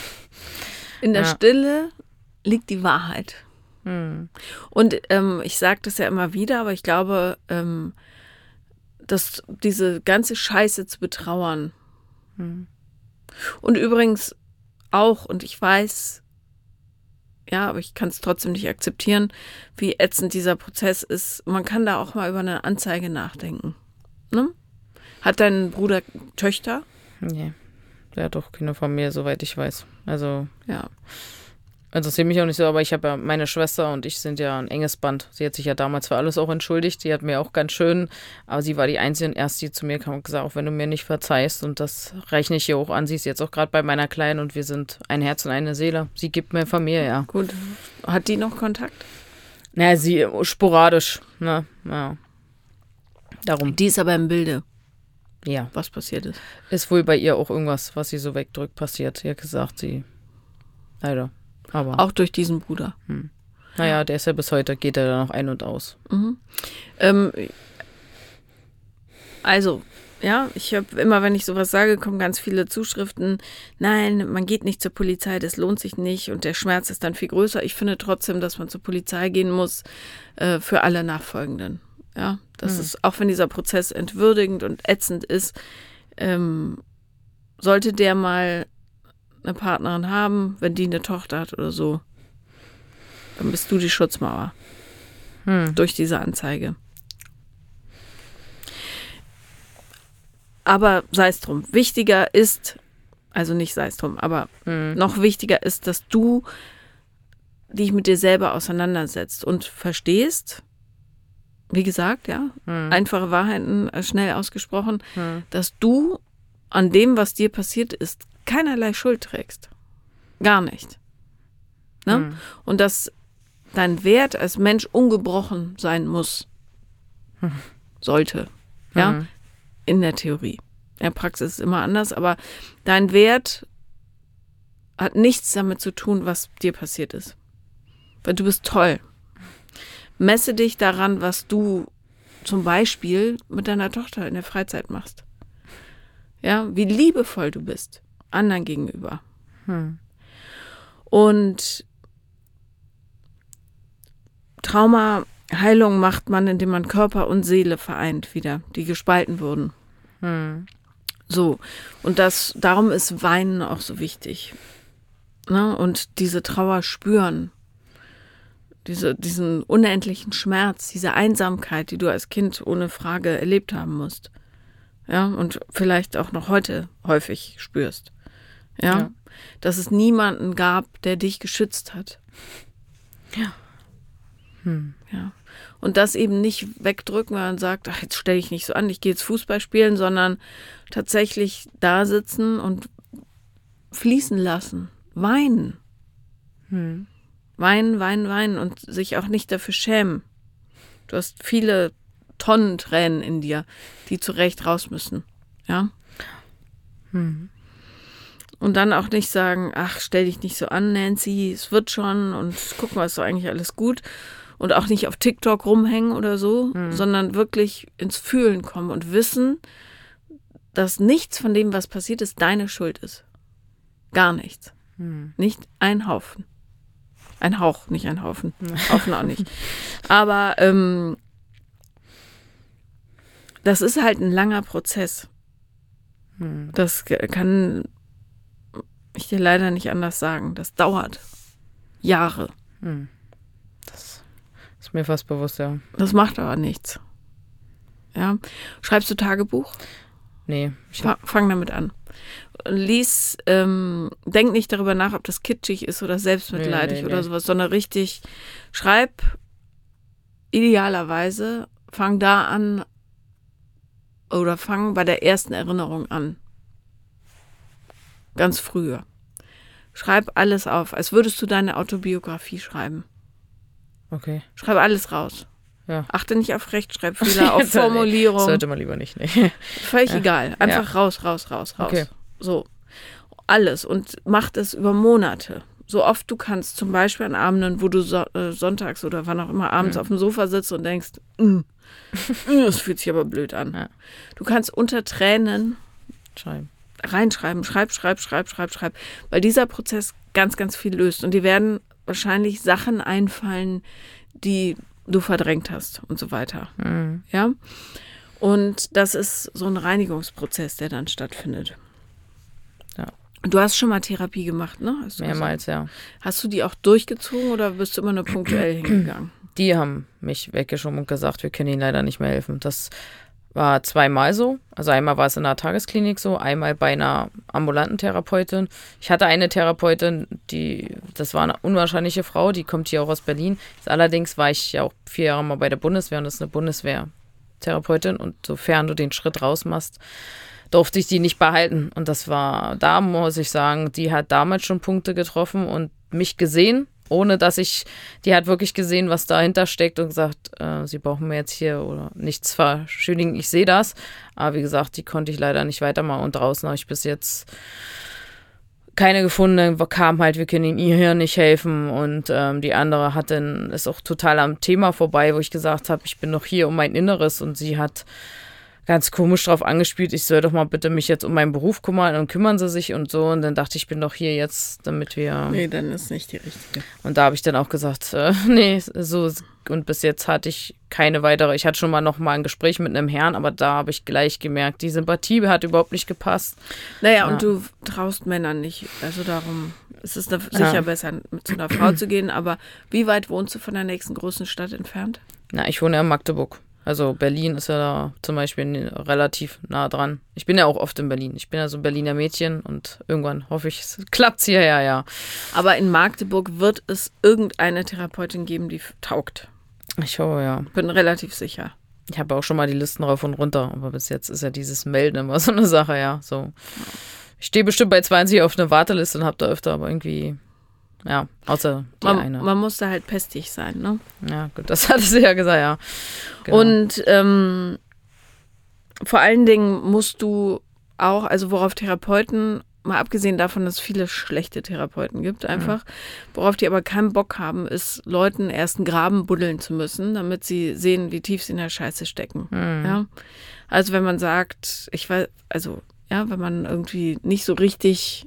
In der Ja. Stille liegt die Wahrheit. Hm. Und ähm, ich sage das ja immer wieder, aber ich glaube, ähm, dass diese ganze Scheiße zu betrauern. Hm. Und übrigens auch, und ich weiß, ja, aber ich kann es trotzdem nicht akzeptieren, wie ätzend dieser Prozess ist. Man kann da auch mal über eine Anzeige nachdenken. Ne? Hat dein Bruder Töchter? Nee, der hat doch keine Familie, soweit ich weiß. Also, Ja. interessiert mich auch nicht so, aber ich habe ja, meine Schwester und ich sind ja ein enges Band. Sie hat sich ja damals für alles auch entschuldigt. Sie hat mir auch ganz schön, aber sie war die Einzige und erst, die zu mir kam und gesagt, auch wenn du mir nicht verzeihst, und das rechne ich ihr auch an. Sie ist jetzt auch gerade bei meiner Kleinen und wir sind ein Herz und eine Seele. Sie gibt mir Familie, ja. Gut. Hat die noch Kontakt? Naja, sie sporadisch, ne, ja. Darum, Die ist aber im Bilde, ja. was passiert ist. Ist wohl bei ihr auch irgendwas, was sie so wegdrückt, passiert. Sie hat gesagt, sie, leider. Aber, Auch durch diesen Bruder. hm. naja, der ist ja bis heute, geht er da noch ein und aus. Mhm. Ähm, also, ja, ich habe immer, wenn ich sowas sage, kommen ganz viele Zuschriften. Nein, man geht nicht zur Polizei, das lohnt sich nicht und der Schmerz ist dann viel größer. Ich finde trotzdem, dass man zur Polizei gehen muss äh, für alle Nachfolgenden. Ja, das Mhm. ist, auch wenn dieser Prozess entwürdigend und ätzend ist, ähm, sollte der mal eine Partnerin haben, wenn die eine Tochter hat oder so, dann bist du die Schutzmauer Hm. durch diese Anzeige. Aber sei es drum. Wichtiger ist, also nicht sei es drum, aber Hm. noch wichtiger ist, dass du dich mit dir selber auseinandersetzt und verstehst, wie gesagt, ja, Hm. einfache Wahrheiten äh, schnell ausgesprochen, Hm. dass du an dem, was dir passiert ist, keinerlei Schuld trägst. Gar nicht. Ne? Hm. Und dass dein Wert als Mensch ungebrochen sein muss. Sollte. Ja, Hm. in der Theorie. In der Praxis ist es immer anders, aber dein Wert hat nichts damit zu tun, was dir passiert ist. Weil du bist toll. Messe dich daran, was du zum Beispiel mit deiner Tochter in der Freizeit machst. Ja, wie liebevoll du bist anderen gegenüber. Hm. Und Traumaheilung macht man, indem man Körper und Seele vereint wieder, die gespalten wurden. Hm. So, und das, darum ist Weinen auch so wichtig. Ne? Und diese Trauer spüren, diese, diesen unendlichen Schmerz, diese Einsamkeit, die du als Kind ohne Frage erlebt haben musst. Ja, und vielleicht auch noch heute häufig spürst. Ja, Ja. dass es niemanden gab, der dich geschützt hat. Ja. Hm. Ja. Und das eben nicht wegdrücken, weil man sagt, ach, jetzt stelle ich nicht so an, ich gehe jetzt Fußball spielen, sondern tatsächlich da sitzen und fließen lassen, weinen. Hm. Weinen, weinen, weinen und sich auch nicht dafür schämen. Du hast viele Tonnen Tränen in dir, die zu Recht raus müssen. Ja. Hm. Und dann auch nicht sagen, ach, stell dich nicht so an, Nancy, es wird schon und guck mal, ist doch eigentlich alles gut. und auch nicht auf TikTok rumhängen oder so, Mhm. sondern wirklich ins Fühlen kommen und wissen, dass nichts von dem, was passiert ist, deine Schuld ist. Gar nichts. Mhm. Nicht ein Haufen. Ein Hauch, nicht ein Haufen. Haufen auch nicht. Aber ähm, das ist halt ein langer Prozess. Mhm. Das kann ich dir leider nicht anders sagen. Das dauert Jahre. Mhm. Das ist mir fast bewusst, ja. Das macht aber nichts. Ja. Schreibst du Tagebuch? Nee. Ich Fa- Fang damit an. Lies, ähm, denk nicht darüber nach, ob das kitschig ist oder selbstmitleidig Nee, nee, oder nee. sowas, sondern richtig schreib idealerweise, fang da an oder fang bei der ersten Erinnerung an. Ganz früher. Schreib alles auf, als würdest du deine Autobiografie schreiben. Okay. Schreib alles raus. Ja. Achte nicht auf Rechtschreibfehler, auf Formulierung. Sollte man lieber nicht, nee. Völlig Ja. egal. Einfach Ja. raus, raus, raus, raus. Okay. So. Alles. Und mach das über Monate. So oft du kannst. Zum Beispiel an Abenden, wo du so, äh, sonntags oder wann auch immer abends Mhm. auf dem Sofa sitzt und denkst, mm, mm, das fühlt sich aber blöd an. Ja. Du kannst unter Tränen Schreiben. reinschreiben. Schreib, schreib, schreib, schreib, schreib. Weil dieser Prozess ganz, ganz viel löst. Und dir werden wahrscheinlich Sachen einfallen, die du verdrängt hast und so weiter. Mhm. Ja? Und das ist so ein Reinigungsprozess, der dann stattfindet. Ja. Du hast schon mal Therapie gemacht, ne? Hast du Mehrmals, gesagt. ja. Hast du die auch durchgezogen oder bist du immer nur punktuell hingegangen? Die haben mich weggeschoben und gesagt, wir können ihnen leider nicht mehr helfen. Das war zweimal so. Also einmal war es in einer Tagesklinik so, einmal bei einer ambulanten Therapeutin. Ich hatte eine Therapeutin, die, das war eine unwahrscheinliche Frau, die kommt hier auch aus Berlin. Allerdings war ich ja auch vier Jahre mal bei der Bundeswehr und das ist eine Bundeswehrtherapeutin und sofern du den Schritt raus machst, durfte ich die nicht behalten. Und das war, da muss ich sagen, die hat damals schon Punkte getroffen und mich gesehen, ohne dass ich, die hat wirklich gesehen, was dahinter steckt und gesagt, äh, sie brauchen mir jetzt hier oder nichts verschönigen, ich sehe das. Aber wie gesagt, die konnte ich leider nicht weitermachen und draußen habe ich bis jetzt keine gefunden, kam halt, wir können ihnen hier nicht helfen und ähm, die andere hat dann, ist auch total am Thema vorbei, wo ich gesagt habe, ich bin doch hier um mein Inneres und sie hat ganz komisch drauf angespielt, ich soll doch mal bitte mich jetzt um meinen Beruf kümmern und kümmern sie sich und so. Und dann dachte ich, ich bin doch hier jetzt, damit wir... Nee, dann ist nicht die richtige. Und da habe ich dann auch gesagt, äh, nee, so. Und bis jetzt hatte ich keine weitere. Ich hatte schon mal noch mal ein Gespräch mit einem Herrn, aber da habe ich gleich gemerkt, die Sympathie hat überhaupt nicht gepasst. Naja, Ja. und du traust Männern nicht. Also darum ist es da sicher Ja. besser, mit zu einer Frau zu gehen. Aber wie weit wohnst du von der nächsten großen Stadt entfernt? Na, ich wohne ja in Magdeburg. Also Berlin ist ja da zum Beispiel relativ nah dran. Ich bin ja auch oft in Berlin. Ich bin ja so ein Berliner Mädchen und irgendwann hoffe ich, es klappt hierher, ja. Aber in Magdeburg wird es irgendeine Therapeutin geben, die f- taugt. Ich hoffe, ja. Bin relativ sicher. Ich habe auch schon mal die Listen rauf und runter, aber bis jetzt ist ja dieses Melden immer so eine Sache, ja. So. Ich stehe bestimmt bei zwanzig auf einer Warteliste und habe da öfter, aber irgendwie, ja, außer die Man, eine. man muss da halt pestig sein, ne? Ja, gut, das hatte sie ja gesagt, ja. Genau. Und ähm, vor allen Dingen musst du auch, also worauf Therapeuten, mal abgesehen davon, dass es viele schlechte Therapeuten gibt, einfach, worauf die aber keinen Bock haben, ist, Leuten erst einen Graben buddeln zu müssen, damit sie sehen, wie tief sie in der Scheiße stecken. Mhm. Ja? Also wenn man sagt, ich weiß, also ja, wenn man irgendwie nicht so richtig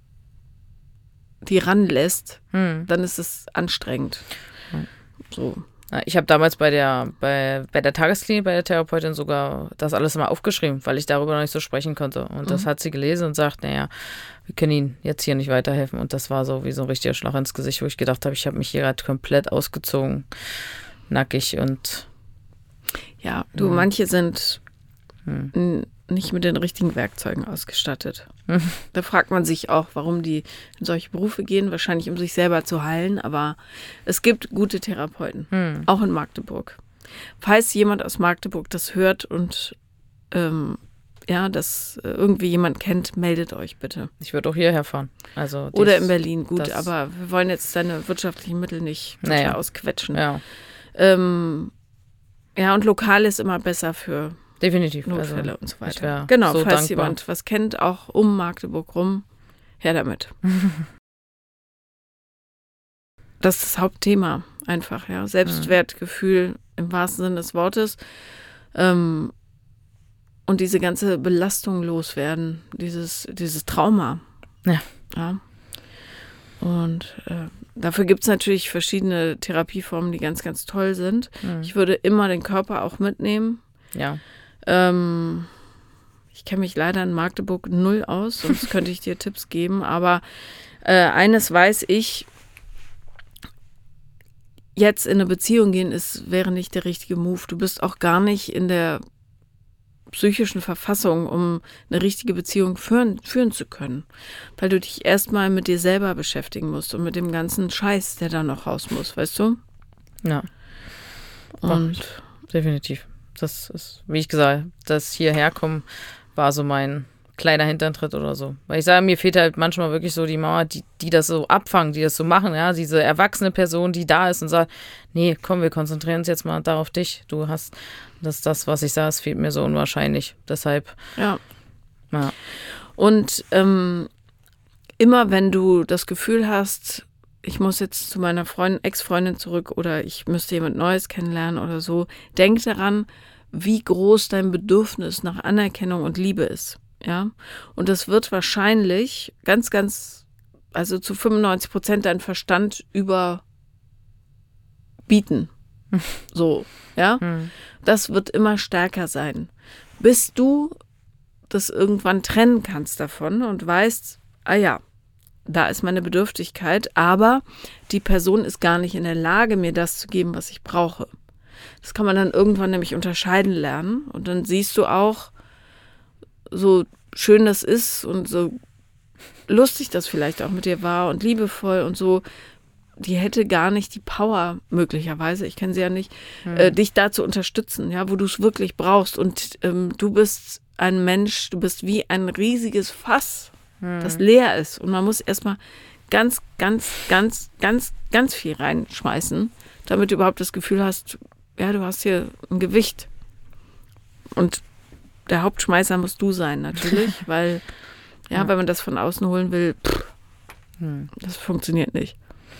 die ranlässt, Hm. dann ist es anstrengend. So. Ja, ich habe damals bei der, bei, bei der Tagesklinik, bei der Therapeutin sogar das alles mal aufgeschrieben, weil ich darüber noch nicht so sprechen konnte. Und das Mhm. hat sie gelesen und sagt, naja, wir können Ihnen jetzt hier nicht weiterhelfen. Und das war so wie so ein richtiger Schlag ins Gesicht, wo ich gedacht habe, ich habe mich hier gerade komplett ausgezogen, nackig und Ja, du, Mhm. manche sind hm. n- nicht mit den richtigen Werkzeugen ausgestattet. Mhm. Da fragt man sich auch, warum die in solche Berufe gehen, wahrscheinlich um sich selber zu heilen, aber es gibt gute Therapeuten, Hm. auch in Magdeburg. Falls jemand aus Magdeburg das hört und ähm, ja, das äh, irgendwie jemand kennt, meldet euch bitte. Ich würde auch hierher fahren. Also Oder dies- in Berlin, gut, das- aber wir wollen jetzt deine wirtschaftlichen Mittel nicht total Naja. ausquetschen. Ja, Ähm, ja, und lokal ist immer besser für definitiv. Notfälle Also, und so ich weiter. wär Genau, so falls dankbar. jemand was kennt, auch um Magdeburg rum, her damit. Das ist das Hauptthema. einfach, ja. Selbstwertgefühl im wahrsten Sinne des Wortes. Ähm, und diese ganze Belastung loswerden, dieses, dieses Trauma. Ja. Ja. Und äh, dafür gibt es natürlich verschiedene Therapieformen, die ganz, ganz toll sind. Mhm. Ich würde immer den Körper auch mitnehmen. Ja. Ähm, ich kenne mich leider in Magdeburg null aus, sonst könnte ich dir Tipps geben. Aber äh, eines weiß ich, jetzt in eine Beziehung gehen ist, wäre nicht der richtige Move. Du bist auch gar nicht in der psychischen Verfassung, um eine richtige Beziehung führen, führen zu können. Weil du dich erstmal mit dir selber beschäftigen musst und mit dem ganzen Scheiß, der da noch raus muss, weißt du? Ja. Und definitiv. Das ist, wie ich gesagt habe, das Hierherkommen war so mein kleiner Hinterntritt oder so. Weil ich sage, mir fehlt halt manchmal wirklich so die Mauer, die, die das so abfangen, die das so machen, ja, diese erwachsene Person, die da ist und sagt, nee, komm, wir konzentrieren uns jetzt mal da auf dich. Du hast, das, das, was ich sage, es fehlt mir so unwahrscheinlich. Deshalb, ja. ja. Und ähm, immer wenn du das Gefühl hast, ich muss jetzt zu meiner Freundin, Ex-Freundin zurück oder ich müsste jemand Neues kennenlernen oder so, denk daran, wie groß dein Bedürfnis nach Anerkennung und Liebe ist. Ja, und das wird wahrscheinlich ganz, ganz, also zu fünfundneunzig Prozent deinen Verstand überbieten. So, ja. Hm. Das wird immer stärker sein. Bis du das irgendwann trennen kannst davon und weißt, ah ja, da ist meine Bedürftigkeit, aber die Person ist gar nicht in der Lage, mir das zu geben, was ich brauche. Das kann man dann irgendwann nämlich unterscheiden lernen und dann siehst du auch, so schön das ist und so lustig das vielleicht auch mit dir war und liebevoll und so, die hätte gar nicht die Power möglicherweise, ich kenne sie ja nicht, Hm. äh, dich da zu unterstützen, ja, wo du es wirklich brauchst. Und ähm, du bist ein Mensch, du bist wie ein riesiges Fass, Hm. das leer ist. Und man muss erstmal ganz, ganz, ganz, ganz, ganz viel reinschmeißen, damit du überhaupt das Gefühl hast, ja, du hast hier ein Gewicht. Und der Hauptschmeißer musst du sein, natürlich, weil, ja, Ja. wenn man das von außen holen will, pff, Hm. das funktioniert nicht.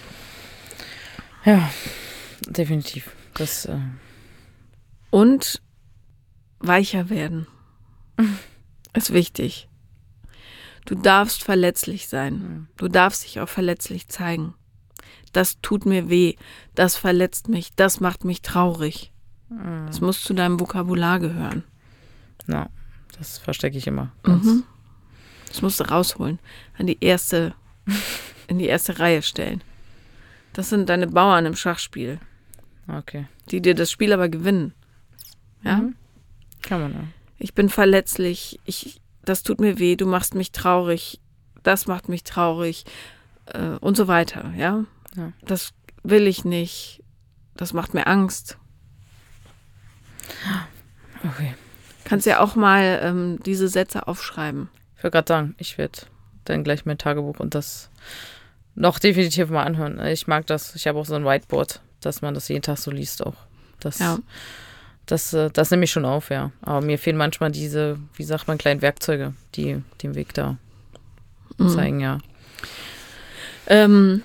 Ja, definitiv. Das, äh, Und weicher werden ist wichtig. Du darfst verletzlich sein. Du darfst dich auch verletzlich zeigen. Das tut mir weh. Das verletzt mich. Das macht mich traurig. Das muss zu deinem Vokabular gehören. na, das verstecke ich immer. Ganz, Mhm. Das musst du rausholen. An die erste, in die erste Reihe stellen. Das sind deine Bauern im Schachspiel, Okay. die dir das Spiel aber gewinnen. Ja? Mhm. Kann man, ja. Ich bin verletzlich. Ich, das tut mir weh. Du machst mich traurig. Das macht mich traurig. Äh, und so weiter. Ja? Ja. Das will ich nicht. Das macht mir Angst. Okay. Kannst ja auch mal ähm, diese Sätze aufschreiben. Ich wollte gerade sagen, ich werde dann gleich mein Tagebuch und das noch definitiv mal anhören. Ich mag das. Ich habe auch so ein Whiteboard, dass man das jeden Tag so liest auch. Das, Ja. das, äh, das nehme ich schon auf, ja. Aber mir fehlen manchmal diese, wie sagt man, kleinen Werkzeuge, die den Weg da zeigen, ja. Ähm,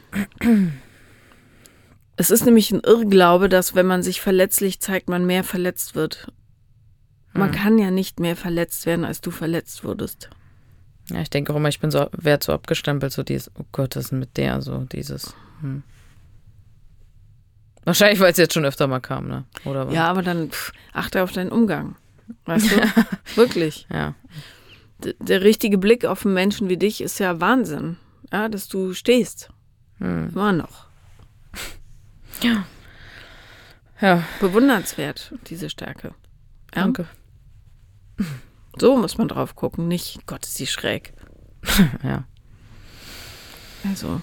es ist nämlich ein Irrglaube, dass wenn man sich verletzlich zeigt, man mehr verletzt wird. Man Hm. kann ja nicht mehr verletzt werden, als du verletzt wurdest. Ja, ich denke auch immer, ich bin so, werde so abgestempelt, so dieses, oh Gott, was ist denn mit der, so dieses, hm. Wahrscheinlich, weil es jetzt schon öfter mal kam, ne? Oder was? Ja, aber dann pff, achte auf deinen Umgang. Weißt du? Wirklich. Ja. D- der richtige Blick auf einen Menschen wie dich ist ja Wahnsinn. Ja, dass du stehst. Hm. Immer noch. Ja. Ja, Bewundernswert, diese Stärke. Ja? danke. So muss man drauf gucken, nicht, Gott, ist sie schräg. Ja. Also,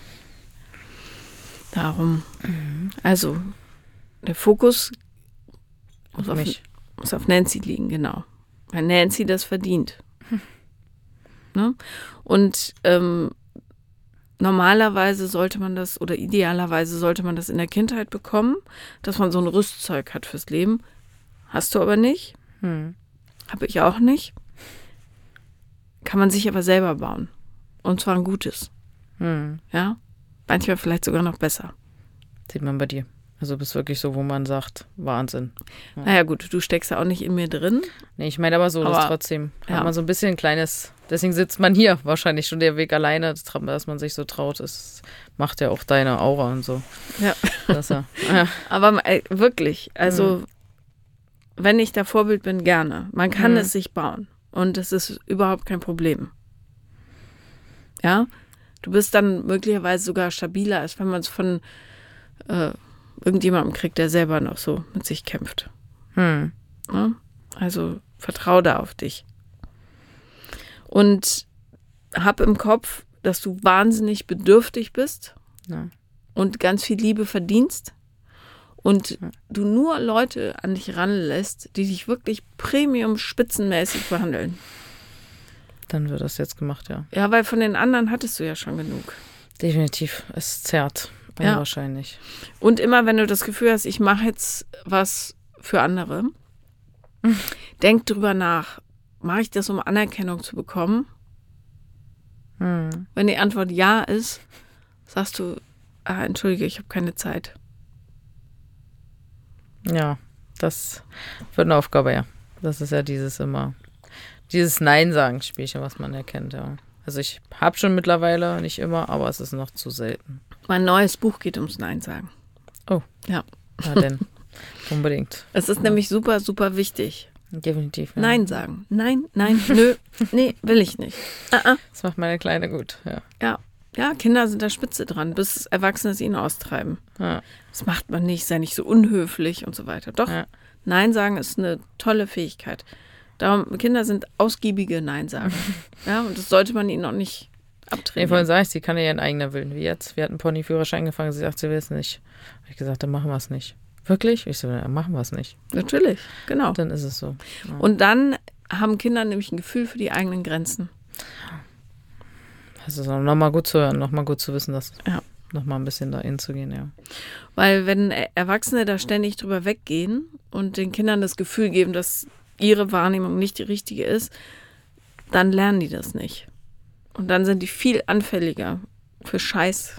darum. Also, der Fokus muss auf, Mich. muss auf Nancy liegen, genau. Weil Nancy das verdient. Ne? Und ähm, normalerweise sollte man das, oder idealerweise sollte man das in der Kindheit bekommen, dass man so ein Rüstzeug hat fürs Leben. Hast du aber nicht. Hm. Habe ich auch nicht. Kann man sich aber selber bauen. Und zwar ein gutes. Hm. Ja? Manchmal vielleicht sogar noch besser. Sieht man bei dir. Also du bist wirklich so, wo man sagt, Wahnsinn. Ja. Naja gut, du steckst ja auch nicht in mir drin. Nee, ich meine aber so, aber, das trotzdem ja. hat man so ein bisschen ein kleines, deswegen sitzt man hier wahrscheinlich schon der Weg alleine, dass man sich so traut, das macht ja auch deine Aura und so. Ja. Das, ja. ja. Aber äh, wirklich, also mhm. wenn ich da Vorbild bin, gerne. Man kann mhm. es sich bauen und das ist überhaupt kein Problem. Ja, du bist dann möglicherweise sogar stabiler, als wenn man es von äh, irgendjemandem kriegt, der selber noch so mit sich kämpft. Hm. Ja? Also vertrau da auf dich. Und hab im Kopf, dass du wahnsinnig bedürftig bist ja. und ganz viel Liebe verdienst und ja. du nur Leute an dich ranlässt, die dich wirklich premium-spitzenmäßig behandeln. Dann wird das jetzt gemacht, ja. Ja, weil von den anderen hattest du ja schon genug. Definitiv. Es zerrt. Ja. Wahrscheinlich. Und immer, wenn du das Gefühl hast, ich mache jetzt was für andere, mhm. denk drüber nach. Mache ich das, um Anerkennung zu bekommen? Mhm. Wenn die Antwort ja ist, sagst du, ah, entschuldige, ich habe keine Zeit. Ja, das wird eine Aufgabe, ja. Das ist ja dieses immer, dieses Nein-Sagen-Spielchen, was man erkennt, ja. Also ich habe schon mittlerweile, nicht immer, aber es ist noch zu selten. Mein neues Buch geht ums Nein sagen. Oh. Ja. Na denn. Unbedingt. Es ist ja. nämlich super, super wichtig. Definitiv. Ja. Nein sagen. Nein, nein, nö. Nee, will ich nicht. Uh-uh. Das macht meine Kleine gut, ja. Ja. Ja, Kinder sind da spitze dran, bis Erwachsene es ihnen austreiben. Ja. Das macht man nicht, sei nicht so unhöflich und so weiter. Doch, ja. Nein sagen ist eine tolle Fähigkeit. Darum, Kinder sind ausgiebige Nein-Sager. Ja, und das sollte man ihnen auch nicht abtrainieren. Nee, vorhin sag ich, sie kann ja ihren eigenen Willen. Wie jetzt, wir hatten Ponyführerschein gefangen, sie sagt, sie will es nicht. Habe ich gesagt, dann machen wir es nicht. Wirklich? Ich so, dann machen wir es nicht. Natürlich, genau. Dann ist es so. Ja. Und dann haben Kinder nämlich ein Gefühl für die eigenen Grenzen. Das ist auch nochmal gut zu hören, nochmal gut zu wissen, dass ja. nochmal ein bisschen da hinzugehen, ja. Weil wenn Erwachsene da ständig drüber weggehen und den Kindern das Gefühl geben, dass ihre Wahrnehmung nicht die richtige ist, dann lernen die das nicht. Und dann sind die viel anfälliger für Scheiß,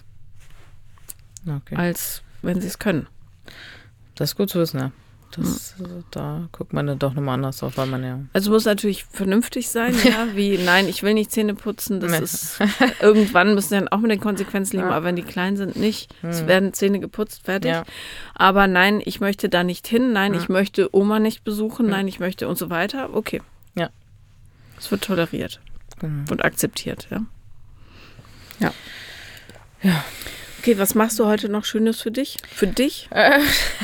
okay. als wenn sie es können. Das ist gut zu wissen, ja. Das, mhm. Da guckt man dann doch nochmal anders drauf, weil man ja... Also muss natürlich vernünftig sein, ja, wie, nein, ich will nicht Zähne putzen, das nee. ist, irgendwann müssen sie dann auch mit den Konsequenzen leben, ja. aber wenn die klein sind, nicht. Mhm. Es werden Zähne geputzt, fertig. Ja. Aber nein, ich möchte da nicht hin, nein, mhm. ich möchte Oma nicht besuchen, mhm. nein, ich möchte und so weiter, okay. Ja. Es wird toleriert mhm. und akzeptiert, ja. Ja. Ja. Okay, was machst du heute noch Schönes für dich? Für dich? Äh,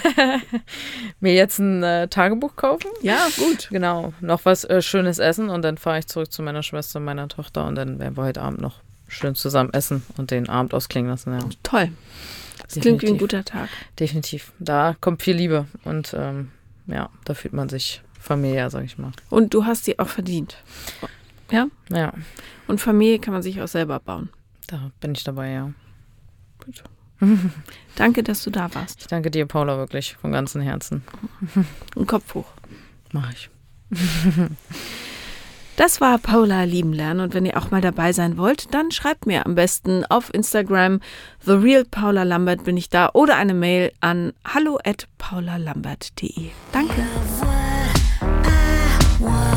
mir jetzt ein äh, Tagebuch kaufen. Ja, gut. Genau, noch was äh, Schönes essen und dann fahre ich zurück zu meiner Schwester und meiner Tochter und dann werden wir heute Abend noch schön zusammen essen und den Abend ausklingen lassen. Ja. Toll. Das Definitiv. Klingt wie ein guter Tag. Definitiv. Da kommt viel Liebe und ähm, ja, da fühlt man sich familiär, sag ich mal. Und du hast sie auch verdient. Ja? Ja. Und Familie kann man sich auch selber bauen. Da bin ich dabei, ja. Gut. Danke, dass du da warst. Ich danke dir, Paula, wirklich von ganzem Herzen. Ein Kopf hoch. Mach ich. Das war Paula lieben lernen und wenn ihr auch mal dabei sein wollt, dann schreibt mir am besten auf Instagram The Real Paula Lambert bin ich da oder eine Mail an hallo at paulalambert punkt de. Danke.